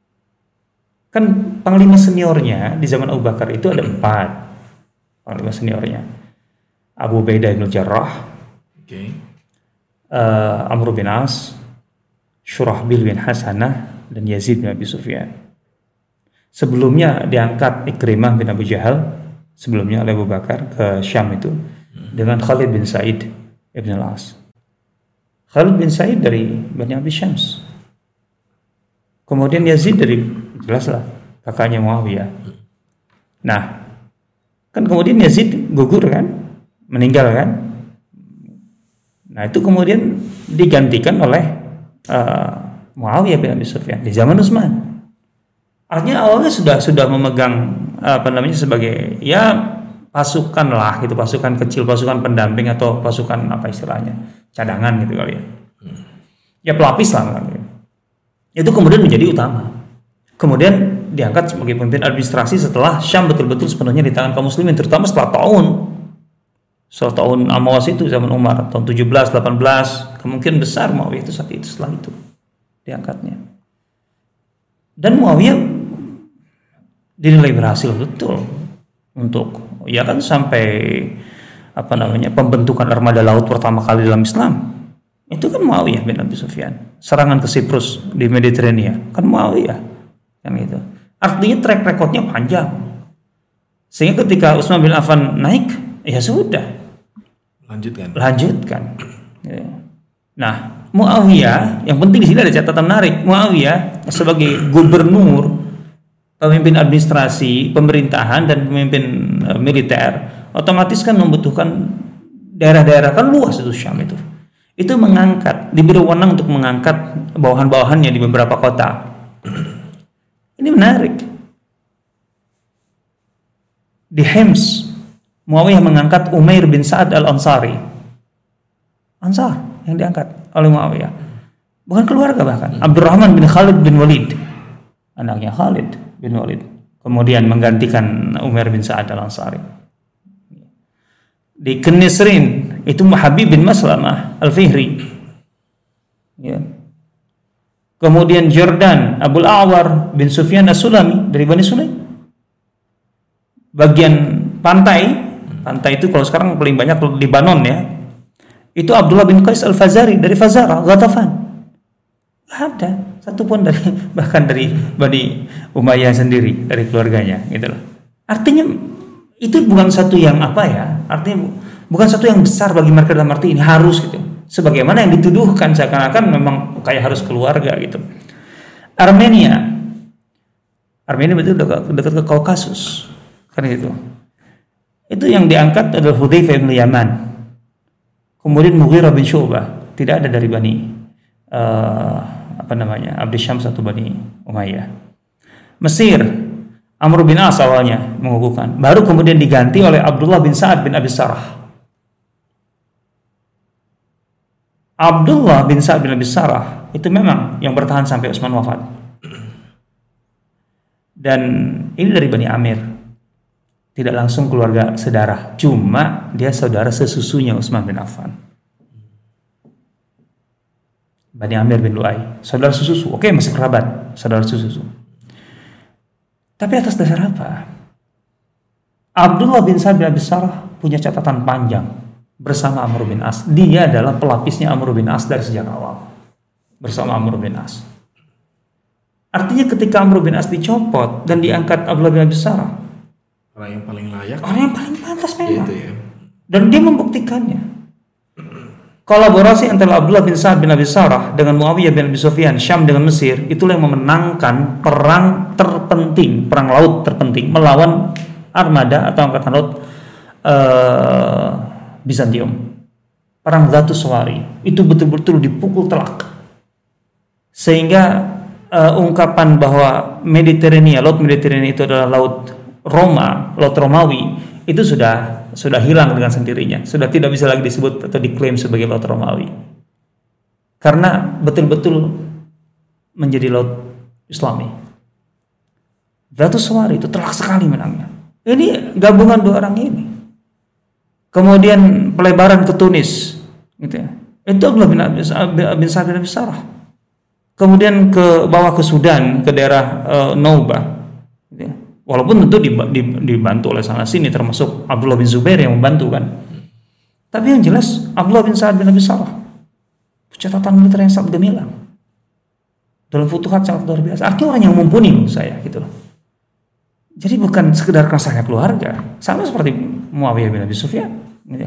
Kan panglima seniornya di zaman Abu Bakar itu ada empat panglima seniornya. Abu Ubaidah bin Jarrah, okay. uh, Amr bin As, Syurahbil bin Hasanah, dan Yazid bin Abi Sufyan. Sebelumnya diangkat Ikrimah bin Abu Jahal, sebelumnya oleh Abu Bakar ke Syam itu dengan Khalid bin Sa'id ibn al-As. Khalid bin Sa'id dari Bani Abi Syams. Kemudian Yazid dari, jelaslah, kakaknya Muawiyah. Nah, kan kemudian Yazid gugur kan, meninggal kan. Nah, itu kemudian digantikan oleh uh, Muawiyah bin Abi Sufyan di zaman Utsman. Artinya awalnya sudah sudah memegang apa namanya sebagai ya pasukan lah gitu, pasukan kecil, pasukan pendamping atau pasukan apa istilahnya, cadangan gitu kali ya. Ya pelapis lah kan. Itu kemudian menjadi utama. Kemudian diangkat sebagai pemimpin administrasi setelah Syam betul-betul sepenuhnya di tangan kaum muslimin, terutama setelah tahun setelah tahun Amawas itu zaman Umar, tahun tujuh belas, delapan belas, kemungkinan besar Muawiyah itu saat itu setelah itu diangkatnya. Dan Muawiyah dinilai berhasil betul untuk ya kan sampai apa namanya pembentukan armada laut pertama kali dalam Islam. Itu kan Muawiyah bin Abi Sufyan. Serangan ke Siprus di Mediterania kan Muawiyah kan gitu. Artinya track recordnya panjang. Sehingga ketika Utsman bin Affan naik, ya sudah lanjutkan. Lanjutkan. Ya. Nah, Muawiyah, yang penting di sini ada catatan menarik. Muawiyah sebagai gubernur, pemimpin administrasi, pemerintahan dan pemimpin uh, militer, otomatis kan membutuhkan daerah-daerah kan luas itu Syam itu. Itu mengangkat, diberi wewenang untuk mengangkat bawahan-bawahannya di beberapa kota. Ini menarik. Di Hims, Muawiyah mengangkat Umair bin Sa'ad al-Ansari. Ansar yang diangkat oleh Muawiyah. Bukan keluarga bahkan. Abdurrahman bin Khalid bin Walid, anaknya Khalid bin Walid, kemudian menggantikan Umair bin Sa'ad al-Ansari. Di Kenisrin itu Habib bin Maslamah al-Fihri. Ya. Kemudian Jordan, Abul A'war bin Sufyan as-Sulami dari Bani Sulaim. Bagian pantai, pantai itu kalau sekarang paling banyak di Libanon ya. Itu Abdullah bin Qais al-Fazari dari Fazara, Ghatafan. Tidak ada satupun dari bahkan dari Bani Umayyah sendiri, dari keluarganya gitu loh. Artinya itu bukan satu yang apa ya? Artinya bukan satu yang besar bagi mereka dalam arti ini harus gitu. Sebagaimana yang dituduhkan seakan-akan memang kayak harus keluarga gitu. Armenia, Armenia betul dekat, dekat ke Kaukasus, kan itu. Itu yang diangkat adalah Hudzaifah bin Yaman. Kemudian Mughirah bin Syu'bah, tidak ada dari Bani uh, apa namanya Abdi Syams atau Bani Umayyah. Mesir, Amr bin As awalnya mengukuhkan, baru kemudian diganti oleh Abdullah bin Sa'ad bin Abi Sarah. Abdullah bin Sa'ad bin Abi Sarah itu memang yang bertahan sampai Utsman wafat. Dan ini dari Bani Amir. Tidak langsung keluarga sedarah, cuma dia saudara sesusunya Utsman bin Affan. Bani Amir bin Lu'ay, saudara sesusu. Oke, masih kerabat, saudara sesusu. Tapi atas dasar apa? Abdullah bin Sa'ad bin Abi Sarah punya catatan panjang bersama Amr bin As. Dia adalah pelapisnya Amr bin As dari sejak awal. Bersama Amr bin As. Artinya ketika Amr bin As dicopot dan diangkat Abdullah bin Abi Sarah, orang yang paling layak, orang yang paling pantas memang. Gitu ya. Dan dia membuktikannya. Kolaborasi antara Abdullah bin Sa'ad bin Abi Sarah dengan Muawiyah bin Abi Sufyan, Syam dengan Mesir, itulah yang memenangkan perang terpenting, perang laut terpenting melawan armada atau angkatan laut uh, Bizantium. Perang Dhatus Sawari itu betul-betul dipukul telak. Sehingga uh, ungkapan bahwa Mediterania, laut Mediterania itu adalah laut Roma, laut Romawi, itu sudah sudah hilang dengan sendirinya, sudah tidak bisa lagi disebut atau diklaim sebagai laut Romawi, karena betul-betul menjadi laut Islami. Dhatus Sawari itu telak sekali menangnya. Ini gabungan dua orang ini. Kemudian pelebaran ke Tunis, gitu ya. Itu Abdullah bin bin Sa'd bin Abi Sarah. Kemudian ke bawah ke Sudan, ke daerah uh, Naubah. Gitu ya. Walaupun tentu dibantu oleh sana sini, termasuk Abdullah bin Zubair yang membantu kan. Tapi yang jelas Abdullah bin Sa'd bin Abi Sarah, catatan militer yang sangat gemilang, dalam futuhat sangat luar biasa. Artinya orang yang mumpuni menurut saya gitu loh. Jadi bukan sekedar kerasanya keluarga, sama seperti Muawiyah bin Abi Sufyan. Gitu ya.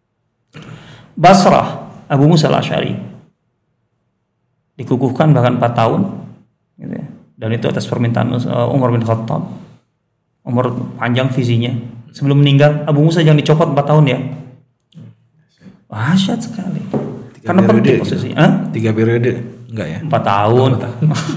Basrah, Abu Musa al-Asy'ari dikukuhkan bahkan empat tahun, gitu ya. Dan itu atas permintaan uh, Umar bin Khattab. Umar panjang visinya. Sebelum meninggal, Abu Musa jangan dicopot empat tahun ya. Dahsyat sekali. Tiga Karena periode, penting posisi. gitu. Tiga periode, enggak ya? Empat tahun. Oke.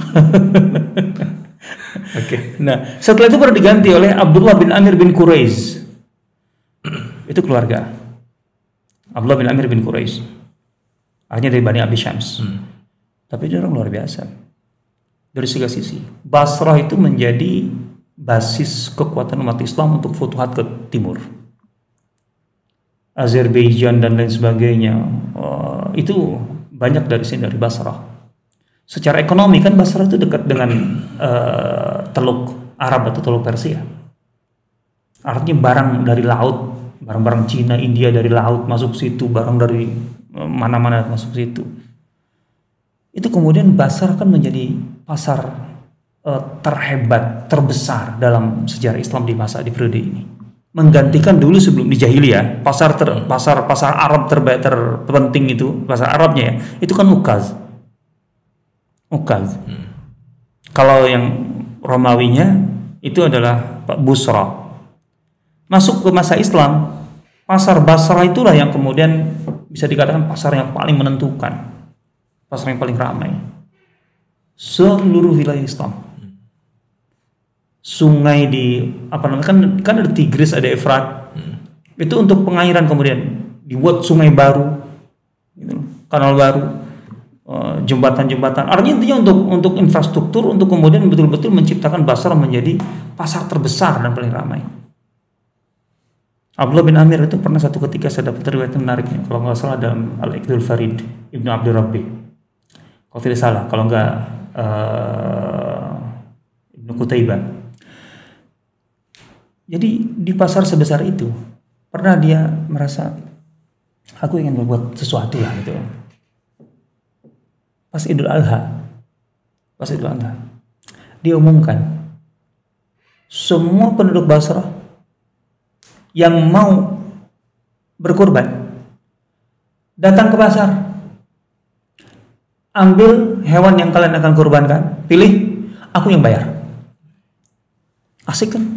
Okay. Nah, setelah itu baru diganti oleh Abdullah bin Amir bin Quraiz. Itu keluarga. Abdullah bin Amir bin Quraiz. Akhirnya dari Bani Abi Syams. Hmm. Tapi dia orang luar biasa. Dari segala sisi. Basrah itu menjadi basis kekuatan umat Islam untuk futuhat ke timur. Azerbaijan dan lain sebagainya. Uh, itu banyak dari sini, dari Basrah. Secara ekonomi kan Basrah itu dekat dengan uh, Teluk Arab atau Teluk Persia. Artinya barang dari laut, barang-barang Cina, India dari laut masuk situ, barang dari mana-mana masuk situ. Itu kemudian Basrah kan menjadi pasar uh, terhebat, terbesar dalam sejarah Islam di masa di periode ini. Menggantikan dulu sebelum di jahiliyah pasar ter, pasar pasar Arab terbaik terpenting itu pasar Arabnya ya, itu kan Ukaz. Ukaz. Hmm. Kalau yang Romawinya itu adalah Busra. Masuk ke masa Islam, pasar Basrah itulah yang kemudian bisa dikatakan pasar yang paling menentukan, pasar yang paling ramai seluruh wilayah Islam. Sungai di apa namanya kan kan ada Tigris, ada Efrat. Hmm. Itu untuk pengairan kemudian dibuat sungai baru, gitu, kanal baru, uh, jembatan-jembatan. Artinya intinya untuk untuk infrastruktur untuk kemudian betul-betul menciptakan Basrah menjadi pasar terbesar dan paling ramai. Abdullah bin Amir itu pernah satu ketika saya dapat riwayat menariknya, kalau nggak salah dalam Al-Iqdul Farid Ibnu Abdul Rabbi, kalau tidak salah, kalau nggak uh, Ibnu Qutaibah. Jadi di pasar sebesar itu pernah dia merasa aku ingin berbuat sesuatu lah gitu. Pas Idul Adha, pas Idul Adha, dia umumkan semua penduduk Basrah yang mau berkurban datang ke pasar, ambil hewan yang kalian akan kurbankan, pilih, aku yang bayar. Asik kan?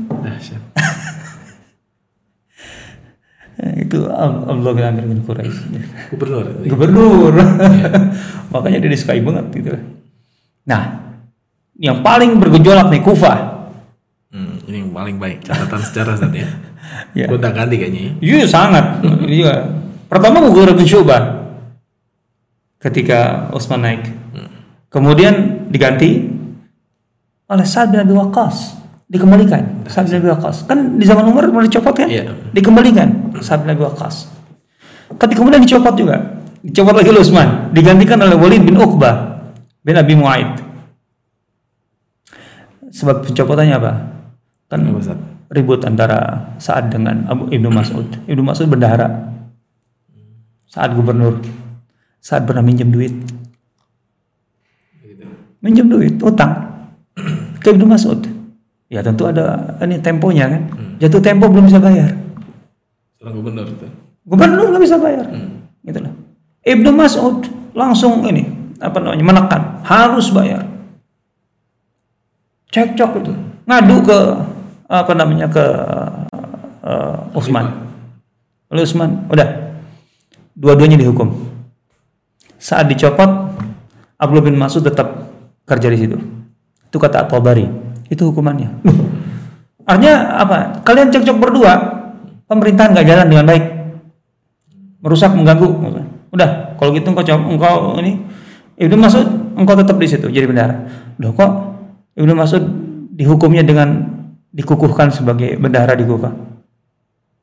Itu Abdullah bin Amir bin Quraiz. Gubernur. Gubernur. Ya. Makanya dia disukai banget gitu. Nah, yang paling bergejolak nih Kufah. Hmm, ini yang paling baik catatan sejarah saat ya. Ya. Gonta ganti kayaknya. Iya sangat. Iya. Pertama Mughirah bin Syu'bah ketika Utsman naik. Hmm. Kemudian diganti oleh Sa'd bin Abi Waqqas. Dikembalikan Sa'd bin Abi Waqqas. Kan di zaman Umar mulai dicopot kan? Yeah. Dikembalikan Sa'd bin Abi Waqqas. Tapi kemudian dicopot juga. Dicopot lagi oleh Utsman, digantikan oleh Walid bin Uqbah bin Abi Mu'aid. Sebab pencopotannya apa? Kan ribut antara Sa'ad dengan Abu Ibnu Mas'ud. Ibnu Mas'ud bendahara, Sa'ad gubernur. Sa'ad pernah minjem duit. Minjem duit, utang ke Ibnu Mas'ud. Ya tentu ada ini temponya kan. Hmm. Jatuh tempo belum bisa bayar. Seorang gubernur itu. Gubernur nggak bisa bayar. Hmm. Gitu lah. Ibnu Mas'ud langsung ini apa namanya menekan harus bayar. Cekcok itu. Ngadu ke apa namanya ke uh, Utsman. Oleh Utsman, udah. Dua-duanya dihukum. Saat dicopot, Abdullah bin Mas'ud tetap kerja di situ. Itu kata At-Tabari. Itu hukumannya. Artinya apa? Kalian cekcok berdua, pemerintahan nggak jalan dengan baik, merusak, mengganggu. Udah, kalau gitu engkau engkau ini Ibnu Mas'ud, engkau tetap di situ jadi bendahara. Loh kok Ibnu Mas'ud dihukumnya dengan dikukuhkan sebagai bendahara di Kufah?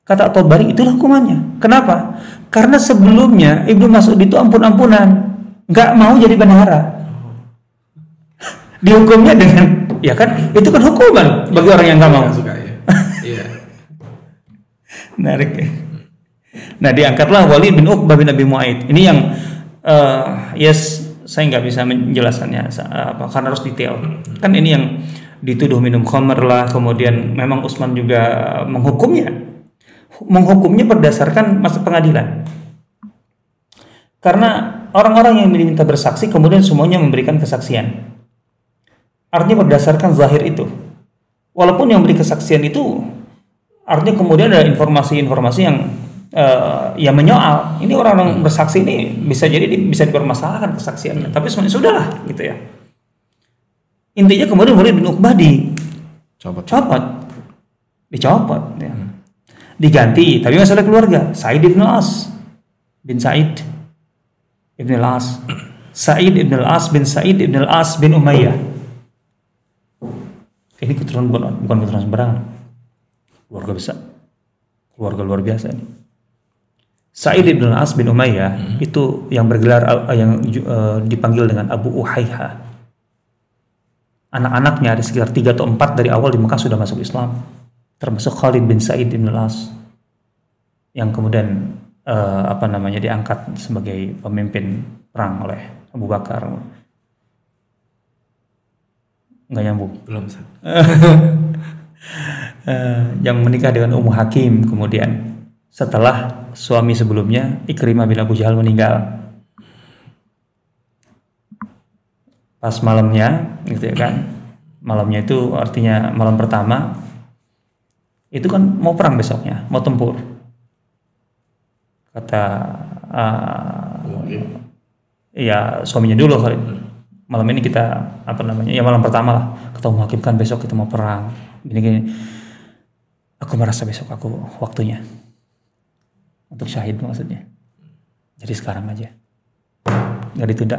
Kata At-Tabari, itulah hukumannya. Kenapa? Karena sebelumnya Ibnu Mas'ud itu ampun-ampunan, nggak mau jadi bendahara. Dihukumnya dengan, ya kan, itu kan hukuman bagi orang yang nggak mau. Iya. Menarik ya. Nah, diangkatlah Walid bin Uqbah bin Abi Mu'aid. Ini yang uh, yes, saya nggak bisa menjelaskannya apa karena harus detail. Kan ini yang dituduh minum khamr lah, kemudian memang Utsman juga menghukumnya. Menghukumnya berdasarkan masa pengadilan. Karena orang-orang yang diminta bersaksi kemudian semuanya memberikan kesaksian. Artinya berdasarkan zahir itu. Walaupun yang beri kesaksian itu artinya kemudian ada informasi-informasi yang uh, yang menyoal. Ini orang-orang bersaksi ini bisa jadi di, bisa dipermasalahkan kesaksiannya. Tapi sebenarnya sudahlah gitu ya. Intinya kemudian Walid bin Uqbah dicopot. Copot. Dicopot ya. Hmm. Diganti, tapi masalah keluarga. Sa'id ibn al-As bin Sa'id ibn al-As. Sa'id ibn al-As bin Sa'id ibn al-As bin Umayyah. Ini keturunan bukan, bukan keturunan sembarangan. Keluarga besar. Keluarga luar biasa ini. Sa'id ibn al-As bin Umayyah hmm. itu yang bergelar yang uh, dipanggil dengan Abu Uhayha. Anak-anaknya ada sekitar tiga atau empat dari awal di Mekah sudah masuk Islam. Termasuk Khalid bin Sa'id ibn al-As yang kemudian uh, apa namanya diangkat sebagai pemimpin perang oleh Abu Bakar. Nggak nyambung. Belum. uh, yang menikah dengan Ummu Hakim kemudian setelah suami sebelumnya Ikrimah bin Abu Jahal meninggal. Pas malamnya gitu ya kan. Malamnya itu artinya malam pertama itu kan mau perang besoknya, mau tempur. Kata uh, ya suaminya dulu kali. Malam ini kita apa namanya? Ya malam pertama lah. Ketemu Hakim kan besok kita mau perang. Gini-gini. Aku merasa besok aku waktunya untuk syahid maksudnya. Jadi sekarang aja. Nggak ditunda.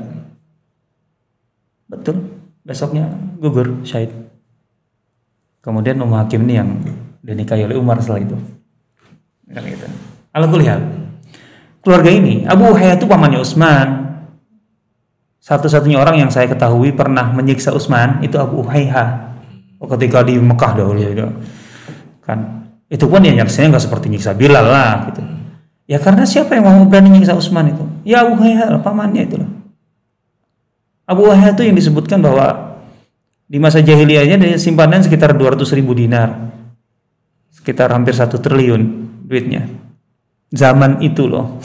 Betul. Besoknya gugur syahid. Kemudian Ummu Hakim ini yang dinikahi oleh Umar setelah itu. Kan gitu. Ala kulli hal. Keluarga ini, Abu Uhayha itu pamannya Utsman. Satu-satunya orang yang saya ketahui pernah menyiksa Utsman itu Abu Uhayha. Ketika di Mekah dahulu itu. Kan itu pun ya nyaksinya enggak seperti nyiksa Bilal lah gitu. Ya karena siapa yang mau berani nyiksa Utsman itu? Ya Abu Uhayha, pamannya itu loh. Abu Uhayha itu yang disebutkan bahwa di masa jahiliyahnya dia simpanan sekitar dua ratus ribu dinar. Sekitar hampir satu triliun duitnya. Zaman itu loh.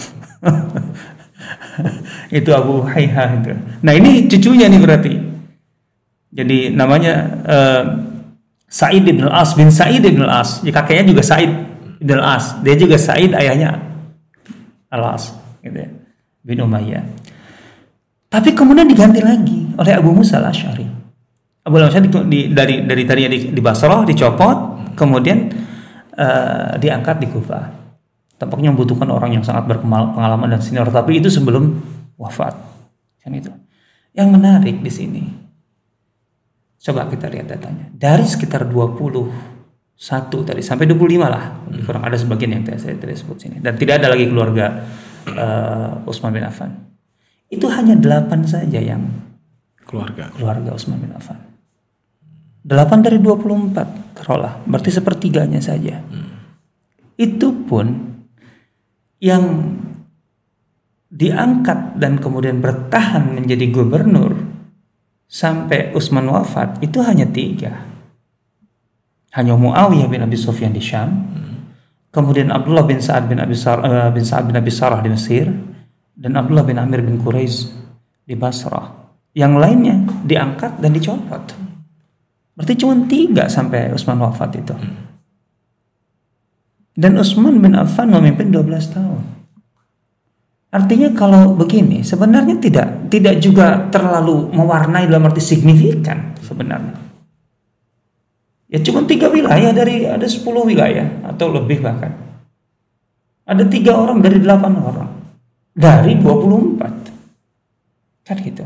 Itu Abu Uhayha itu. Nah ini cucunya nih berarti. Jadi namanya uh, Sa'id ibn al-As bin Sa'id ibn al-As. Ya, kakeknya juga Sa'id ibn al-As. Dia juga Sa'id, ayahnya al-As gitu ya. Bin Umayyah. Tapi kemudian diganti lagi oleh Abu Musa al-Asy'ari. Abu Musa di, di, dari dari tadinya di, di Basrah dicopot, kemudian uh, diangkat di Kufah. Tampaknya membutuhkan orang yang sangat berpengalaman dan senior, tapi itu sebelum wafat. Kan itu. Yang menarik di sini. Coba kita lihat datanya. Dari sekitar dua puluh satu tadi sampai dua puluh lima lah. Kurang ada sebagian yang saya tidak sebut sini. Dan tidak ada lagi keluarga uh, Utsman bin Affan. Itu hanya delapan saja yang keluarga keluarga Utsman bin Affan. delapan dari dua puluh empat taruhlah. Berarti sepertiganya saja. Hmm. Itu pun yang diangkat dan kemudian bertahan menjadi gubernur sampai Utsman wafat itu hanya tiga. Hanya Muawiyah bin Abi Sufyan di Syam, hmm. kemudian Abdullah bin Sa'ad bin Abi Sarah, bin Sa'ad bin Abi Sarah di Mesir, dan Abdullah bin Amir bin Quraiz di Basrah. Yang lainnya diangkat dan dicopot. Berarti cuma tiga sampai Utsman wafat itu. Hmm. Dan Utsman bin Affan memimpin dua belas tahun. Artinya kalau begini sebenarnya tidak tidak juga terlalu mewarnai dalam arti signifikan sebenarnya. Ya cuma tiga wilayah dari ada sepuluh wilayah atau lebih bahkan. Ada tiga orang dari delapan orang dari dua puluh empat. Kan gitu.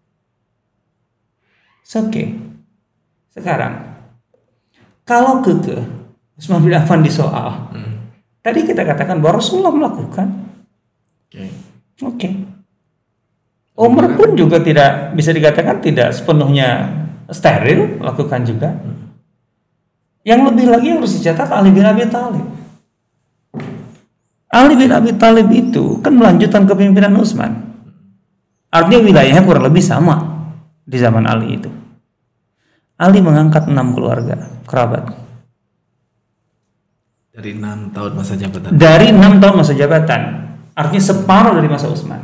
Oke. Okay. Sekarang kalau kekeh Utsman bin Affan disoal, hmm. Tadi kita katakan bahwa Rasulullah melakukan. Oke. Okay. Oke. Okay. Umar pun juga tidak bisa dikatakan tidak sepenuhnya steril, lakukan juga. Yang lebih lagi harus dicatat Ali bin Abi Thalib. Ali bin Abi Thalib itu kan melanjutkan kepemimpinan Utsman. Artinya wilayahnya kurang lebih sama di zaman Ali itu. Ali mengangkat enam keluarga kerabat. Dari enam tahun masa jabatan. Dari enam tahun masa jabatan. Artinya separuh dari masa Utsman.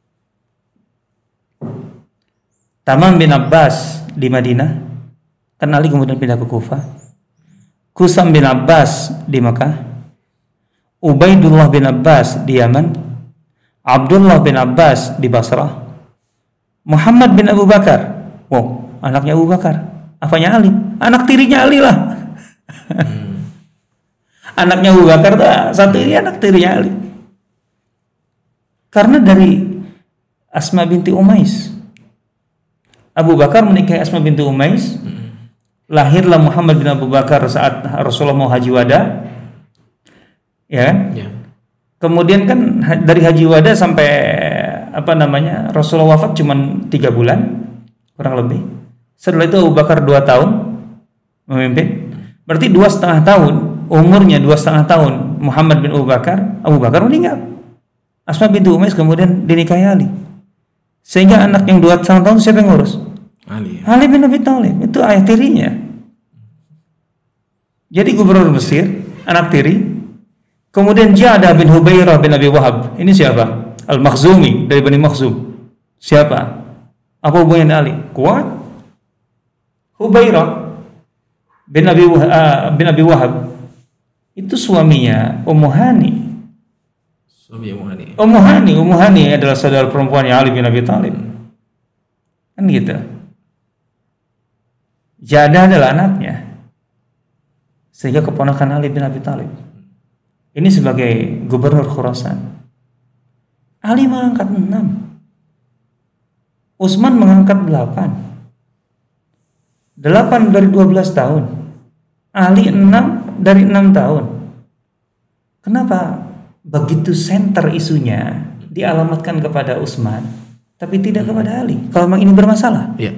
Tamam bin Abbas di Madinah, kan Ali kemudian pindah ke Kufah. Kusam bin Abbas di Makkah, Ubaidullah bin Abbas di Yaman, Abdullah bin Abbas di Basrah, Muhammad bin Abu Bakar, wow, anaknya Abu Bakar, apanya Ali? Anak tirinya Ali lah. Hmm. Anaknya Abu Bakar tuh satu ini anak tirinya Ali. Karena dari Asma binti Umais, Abu Bakar menikahi Asma binti Umais, hmm. lahirlah Muhammad bin Abu Bakar saat Rasulullah mau haji wada, ya kan? Yeah. Kemudian kan dari haji wada sampai apa namanya Rasulullah wafat cuma tiga bulan kurang lebih. Setelah itu Abu Bakar dua tahun memimpin, berarti dua setengah tahun umurnya dua setengah tahun Muhammad bin Abu Bakar, Abu Bakar meninggal. Asma binti Umais kemudian dinikahi Ali. Sehingga anak yang dua setengah tahun siapa yang ngurus? Ali. Ali bin Abi Thalib, itu ayah tirinya. Jadi gubernur Mesir, anak tiri. Kemudian Ja'dah bin Hubairah bin Abi Wahab. Ini siapa? Al-Makhzumi dari Bani Makhzum. Siapa? Apa hubungannya Ali? Kuat. Hubairah bin Abi uh, bin Abi Wahab itu suaminya Ummu Hani. Suami Ummu Hani. Ummu Hani, Ummu Hani adalah saudara perempuannya Ali bin Abi Thalib. Kan gitu. Ja'dah adalah anaknya. Sehingga keponakan Ali bin Abi Thalib. Ini sebagai gubernur Khurasan. Ali mengangkat enam. Utsman mengangkat delapan. Delapan dari dua belas tahun. Ali enam dari enam tahun. Kenapa begitu center isunya dialamatkan kepada Utsman, tapi tidak kepada Ali? Kalau memang ini bermasalah. Iya.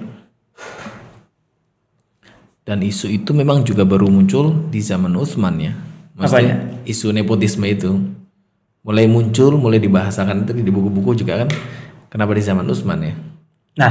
Dan isu itu memang juga baru muncul di zaman Utsman ya. Maksudnya isu nepotisme itu mulai muncul, mulai dibahasakan itu di buku-buku juga kan. Kenapa di zaman Utsman ya? Nah,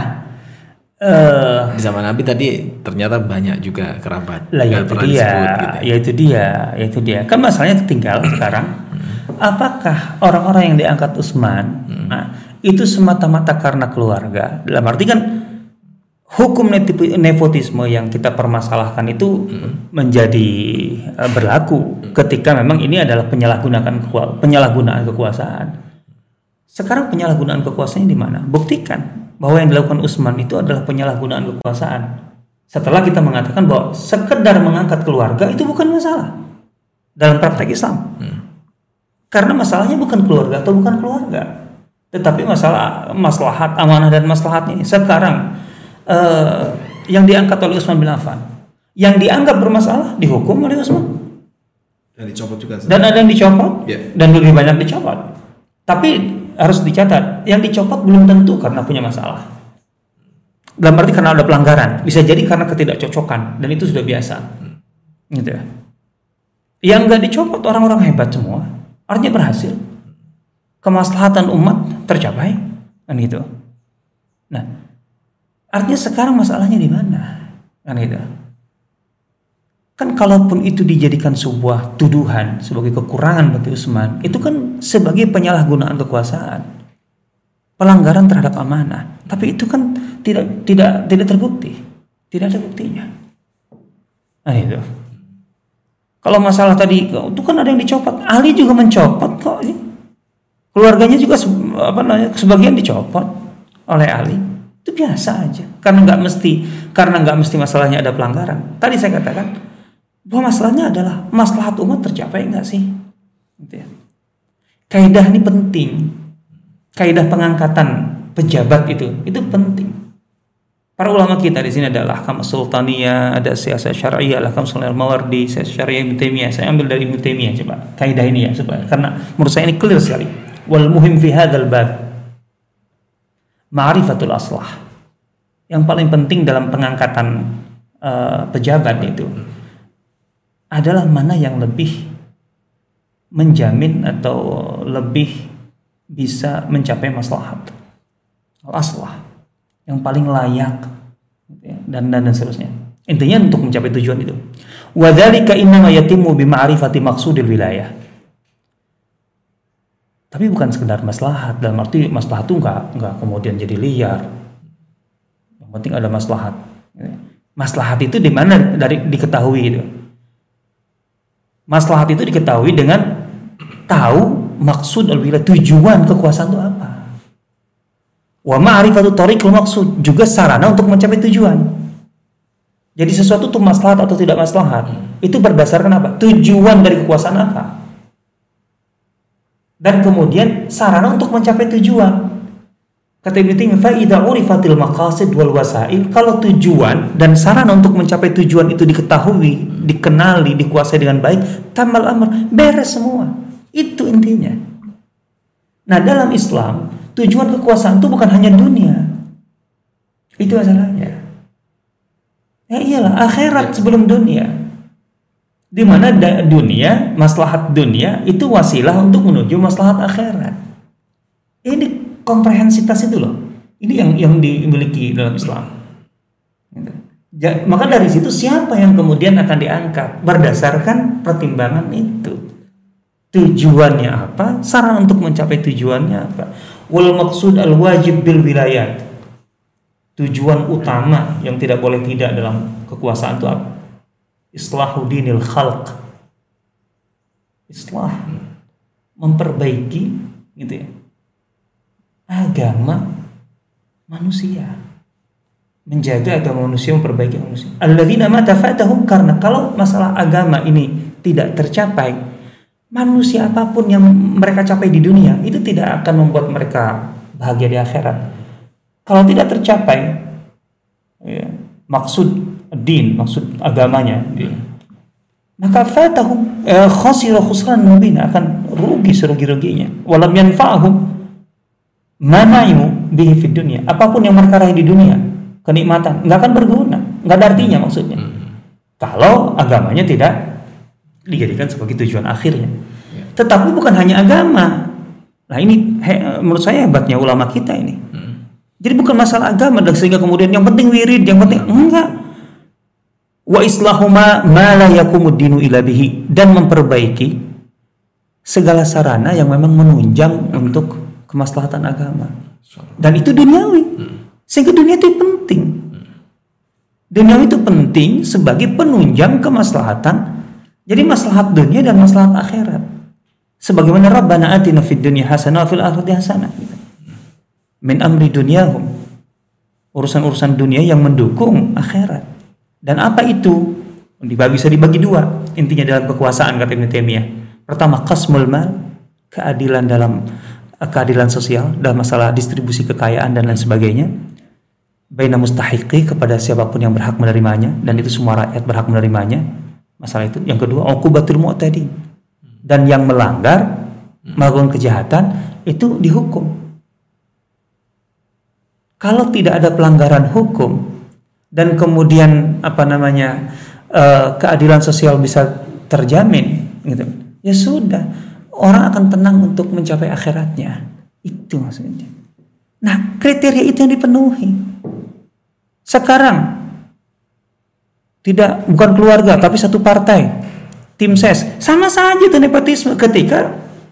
uh, di zaman Nabi tadi ternyata banyak juga kerabat. Lah ya itu dia, disebut, gitu. ya itu dia, ya itu dia. Kan masalahnya tinggal sekarang, apakah orang-orang yang diangkat Utsman hmm. nah, itu semata-mata karena keluarga? Dalam arti kan hukum nepotisme yang kita permasalahkan itu hmm. menjadi uh, berlaku hmm. ketika memang ini adalah penyalahgunaan penyalahgunaan kekuasaan. Sekarang penyalahgunaan kekuasaan di mana? Buktikan bahwa yang dilakukan Utsman itu adalah penyalahgunaan kekuasaan. Setelah kita mengatakan bahwa sekedar mengangkat keluarga itu bukan masalah dalam praktek Islam. Hmm. Karena masalahnya bukan keluarga atau bukan keluarga, tetapi masalah maslahat, amanah dan maslahatnya. Sekarang Uh, yang diangkat oleh Utsman bin Affan, yang dianggap bermasalah dihukum oleh Utsman dan dicopot juga. Dan ada yang dicopot yeah. dan lebih banyak dicopot. Tapi harus dicatat, yang dicopot belum tentu karena punya masalah. Dalam arti karena ada pelanggaran, bisa jadi karena ketidakcocokan dan itu sudah biasa. Hmm. Gitu ya. Yang nggak dicopot orang-orang hebat semua, artinya berhasil. Kemaslahatan umat tercapai, kan gitu. Nah, artinya sekarang masalahnya di mana? Kan gitu. Kan kalaupun itu dijadikan sebuah tuduhan sebagai kekurangan bagi Utsman, itu kan sebagai penyalahgunaan kekuasaan, pelanggaran terhadap amanah. Tapi itu kan tidak tidak tidak terbukti, tidak ada buktinya. Nah itu. Kalau masalah tadi itu kan ada yang dicopot, Ali juga mencopot kok. Keluarganya juga apa namanya sebagian dicopot oleh Ali. Itu biasa aja, karena nggak mesti karena nggak mesti masalahnya ada pelanggaran. Tadi saya katakan bahwa masalahnya adalah maslahat umat tercapai nggak sih? Gitu ya. Kaidah ini penting, kaidah pengangkatan pejabat itu itu penting. Para ulama kita di sini ada Al-Ahkam Sultaniyah, ada Siyasat Syar'iyyah, Al-Ahkam Al-Mawardi, Siyasat Syar'iyyah Ibnu Taimiyah. Saya ambil dari Ibnu Taimiyah coba kaidah ini ya supaya karena menurut saya ini clear sekali. Wal muhim fi hadzal bab ma'rifatul aslah. Yang paling penting dalam pengangkatan uh, pejabat itu adalah mana yang lebih menjamin atau lebih bisa mencapai maslahat. Al-aslah yang paling layak dan dan dan seterusnya. Intinya untuk mencapai tujuan itu. Wa dzalika innama yatimmu bi ma'rifati maqsudil wilayah. Tapi bukan sekedar maslahat, dalam arti maslahat itu enggak enggak kemudian jadi liar. Yang penting ada maslahat. Maslahat itu di mana dari diketahui itu. Maslahat itu diketahui dengan tahu maksud al-wilayah, tujuan kekuasaan itu apa. Wa ma'rifatu tariqil maqsud, juga sarana untuk mencapai tujuan. Jadi sesuatu itu maslahat atau tidak maslahat, itu berdasarkan apa? Tujuan dari kekuasaan apa? Dan kemudian sarana untuk mencapai tujuan. Kata Ibnu Taimiyah, fa idza urifatil maqasid wal wasail, kalau tujuan dan sarana untuk mencapai tujuan itu diketahui, dikenali, dikuasai dengan baik, tamal amr, beres semua. Itu intinya. Nah, dalam Islam tujuan kekuasaan itu bukan hanya dunia. Itu masalahnya. Ya iyalah, akhirat sebelum dunia. Di mana dunia, maslahat dunia itu wasilah untuk menuju maslahat akhirat. Ini komprehensitas itu loh. Ini yang yang dimiliki dalam Islam. Maka dari situ siapa yang kemudian akan diangkat berdasarkan pertimbangan itu. Tujuannya apa? Sarana untuk mencapai tujuannya apa? Wal maqsud al wajib bil wilayat. Tujuan utama yang tidak boleh tidak dalam kekuasaan itu apa? Islahu dinil khalq. Islah, memperbaiki gitu ya. Agama manusia. Menjaga agama manusia, memperbaiki manusia. Alladzina ma tafatahum, karena kalau masalah agama ini tidak tercapai, manusia apapun yang mereka capai di dunia itu tidak akan membuat mereka bahagia di akhirat. Kalau tidak tercapai ya, maksud din, maksud agamanya, ya, maka fatahum eh, khasira khusran mubina, akan rugi serugi-ruginya. Walam yanfa'hum manaimu bihi fid dunya, apapun yang mereka raih di dunia, kenikmatan, nggak akan berguna, nggak ada artinya maksudnya. Kalau agamanya tidak dijadikan sebagai tujuan akhirnya. Ya. Tetapi bukan hanya agama. Nah ini he, menurut saya hebatnya ulama kita ini. Hmm. Jadi bukan masalah agama sehingga kemudian yang penting wirid, yang penting enggak. Wa islahu ma la yakumud dinu ila bihi, dan memperbaiki segala sarana yang memang menunjang hmm. untuk kemaslahatan agama. Dan itu duniawi. Hmm. Sehingga dunia itu penting. Hmm. Dunia itu penting sebagai penunjang kemaslahatan. Jadi maslahat dunia dan maslahat akhirat. Sebagaimana Rabbana atina fid dunya hasanah wa fil akhirati hasanah. Min amri dunyahum. Urusan-urusan dunia yang mendukung akhirat. Dan apa itu? Bisa dibagi dua. Intinya dalam kekuasaan, kata Ibnu Taimiyah. Pertama, qasmul mal, keadilan dalam keadilan sosial dalam masalah distribusi kekayaan dan lain sebagainya. Baina mustahiqi, kepada siapapun yang berhak menerimanya, dan itu semua rakyat berhak menerimanya. Masalah itu. Yang kedua, uqubatul mu'tadin, dan yang melanggar, melakukan kejahatan itu dihukum. Kalau tidak ada pelanggaran hukum dan kemudian apa namanya uh, keadilan sosial bisa terjamin, gitu, ya sudah, orang akan tenang untuk mencapai akhiratnya. Itu maksudnya. Nah, kriteria itu yang dipenuhi. Sekarang tidak, bukan keluarga tapi satu partai, tim ses, sama saja itu nepotisme ketika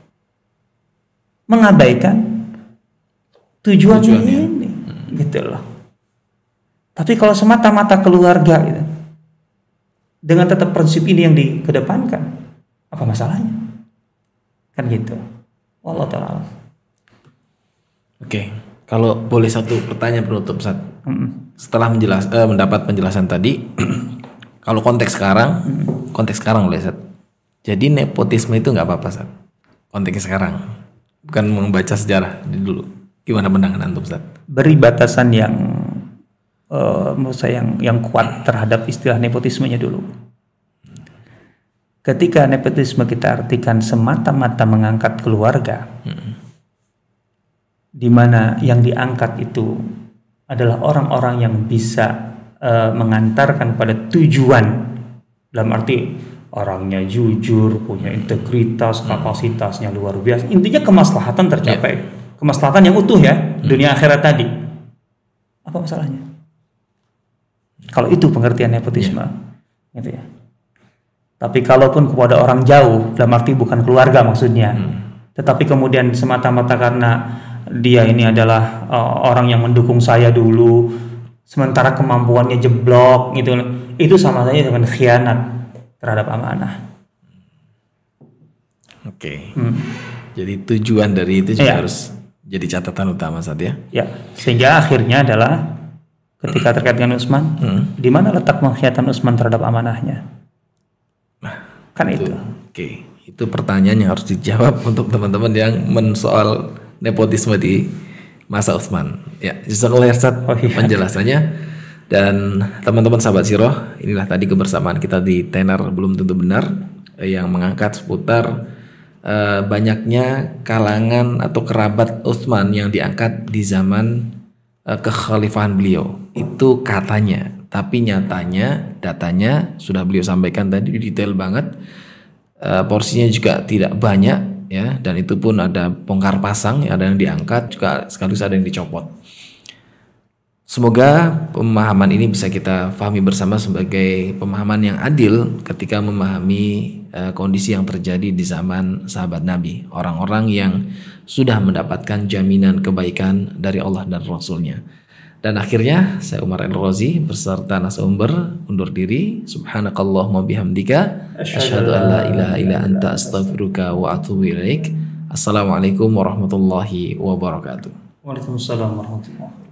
mengabaikan tujuan ini, hmm. gitu loh. Tapi kalau semata-mata keluarga gitu, dengan tetap prinsip ini yang dikedepankan, apa masalahnya? Kan gitu. Wallahu ta'ala. Oke, kalau boleh satu pertanyaan penutup, Ustaz. Hmm. Setelah menjelas, eh, mendapat penjelasan tadi, kalau konteks sekarang, hmm. konteks sekarang boleh, Ustaz. Jadi nepotisme itu nggak apa-apa, Ustaz. Konteks sekarang, bukan membaca sejarah di dulu. Gimana pandangan antum, Ustaz? Beri batasan yang uh, menurut saya yang yang kuat terhadap istilah nepotismenya dulu. Ketika nepotisme kita artikan semata-mata mengangkat keluarga, hmm. di mana yang diangkat itu adalah orang-orang yang bisa uh, mengantarkan pada tujuan, dalam arti orangnya jujur, punya integritas, kapasitasnya luar biasa. Intinya kemaslahatan tercapai, yeah. kemaslahatan yang utuh ya, hmm. dunia akhirat tadi. Apa masalahnya? Kalau itu pengertian nepotisme, yeah. gitu ya. Tapi kalaupun kepada orang jauh, dalam arti bukan keluarga maksudnya, hmm. tetapi kemudian semata-mata karena dia ini adalah uh, orang yang mendukung saya dulu, sementara kemampuannya jeblok, gitu, itu sama saja dengan khianat terhadap amanah. Oke. Hmm. Jadi tujuan dari itu juga ya. harus jadi catatan utama saat ya. Ya. Sehingga akhirnya adalah ketika terkait dengan Utsman, hmm. di mana letak pengkhianatan Utsman terhadap amanahnya? Nah, kan itu. itu. Oke. Itu pertanyaan yang harus dijawab untuk teman-teman yang mensoal nepotisme di masa Utsman. Ya, jazakallahu khairan oh, iya. penjelasannya. Dan teman-teman sahabat Siroh, inilah tadi kebersamaan kita di tenar belum tentu benar yang mengangkat seputar uh, banyaknya kalangan atau kerabat Utsman yang diangkat di zaman uh, kekhalifahan beliau. Itu katanya, tapi nyatanya datanya sudah beliau sampaikan tadi detail banget. Uh, porsinya juga tidak banyak ya, dan itu pun ada bongkar pasang, ada yang diangkat juga sekaligus ada yang dicopot. Semoga pemahaman ini bisa kita pahami bersama sebagai pemahaman yang adil ketika memahami uh, kondisi yang terjadi di zaman sahabat Nabi, orang-orang yang sudah mendapatkan jaminan kebaikan dari Allah dan Rasulnya. Dan akhirnya saya Umar Al-Razi beserta narasumber undur diri. Subhanakallahumma bihamdika asyhadu an la ilaha illa anta astaghfiruka wa atubu ilaik. Assalamualaikum warahmatullahi wabarakatuh. Waalaikumsalam warahmatullahi wabarakatuh.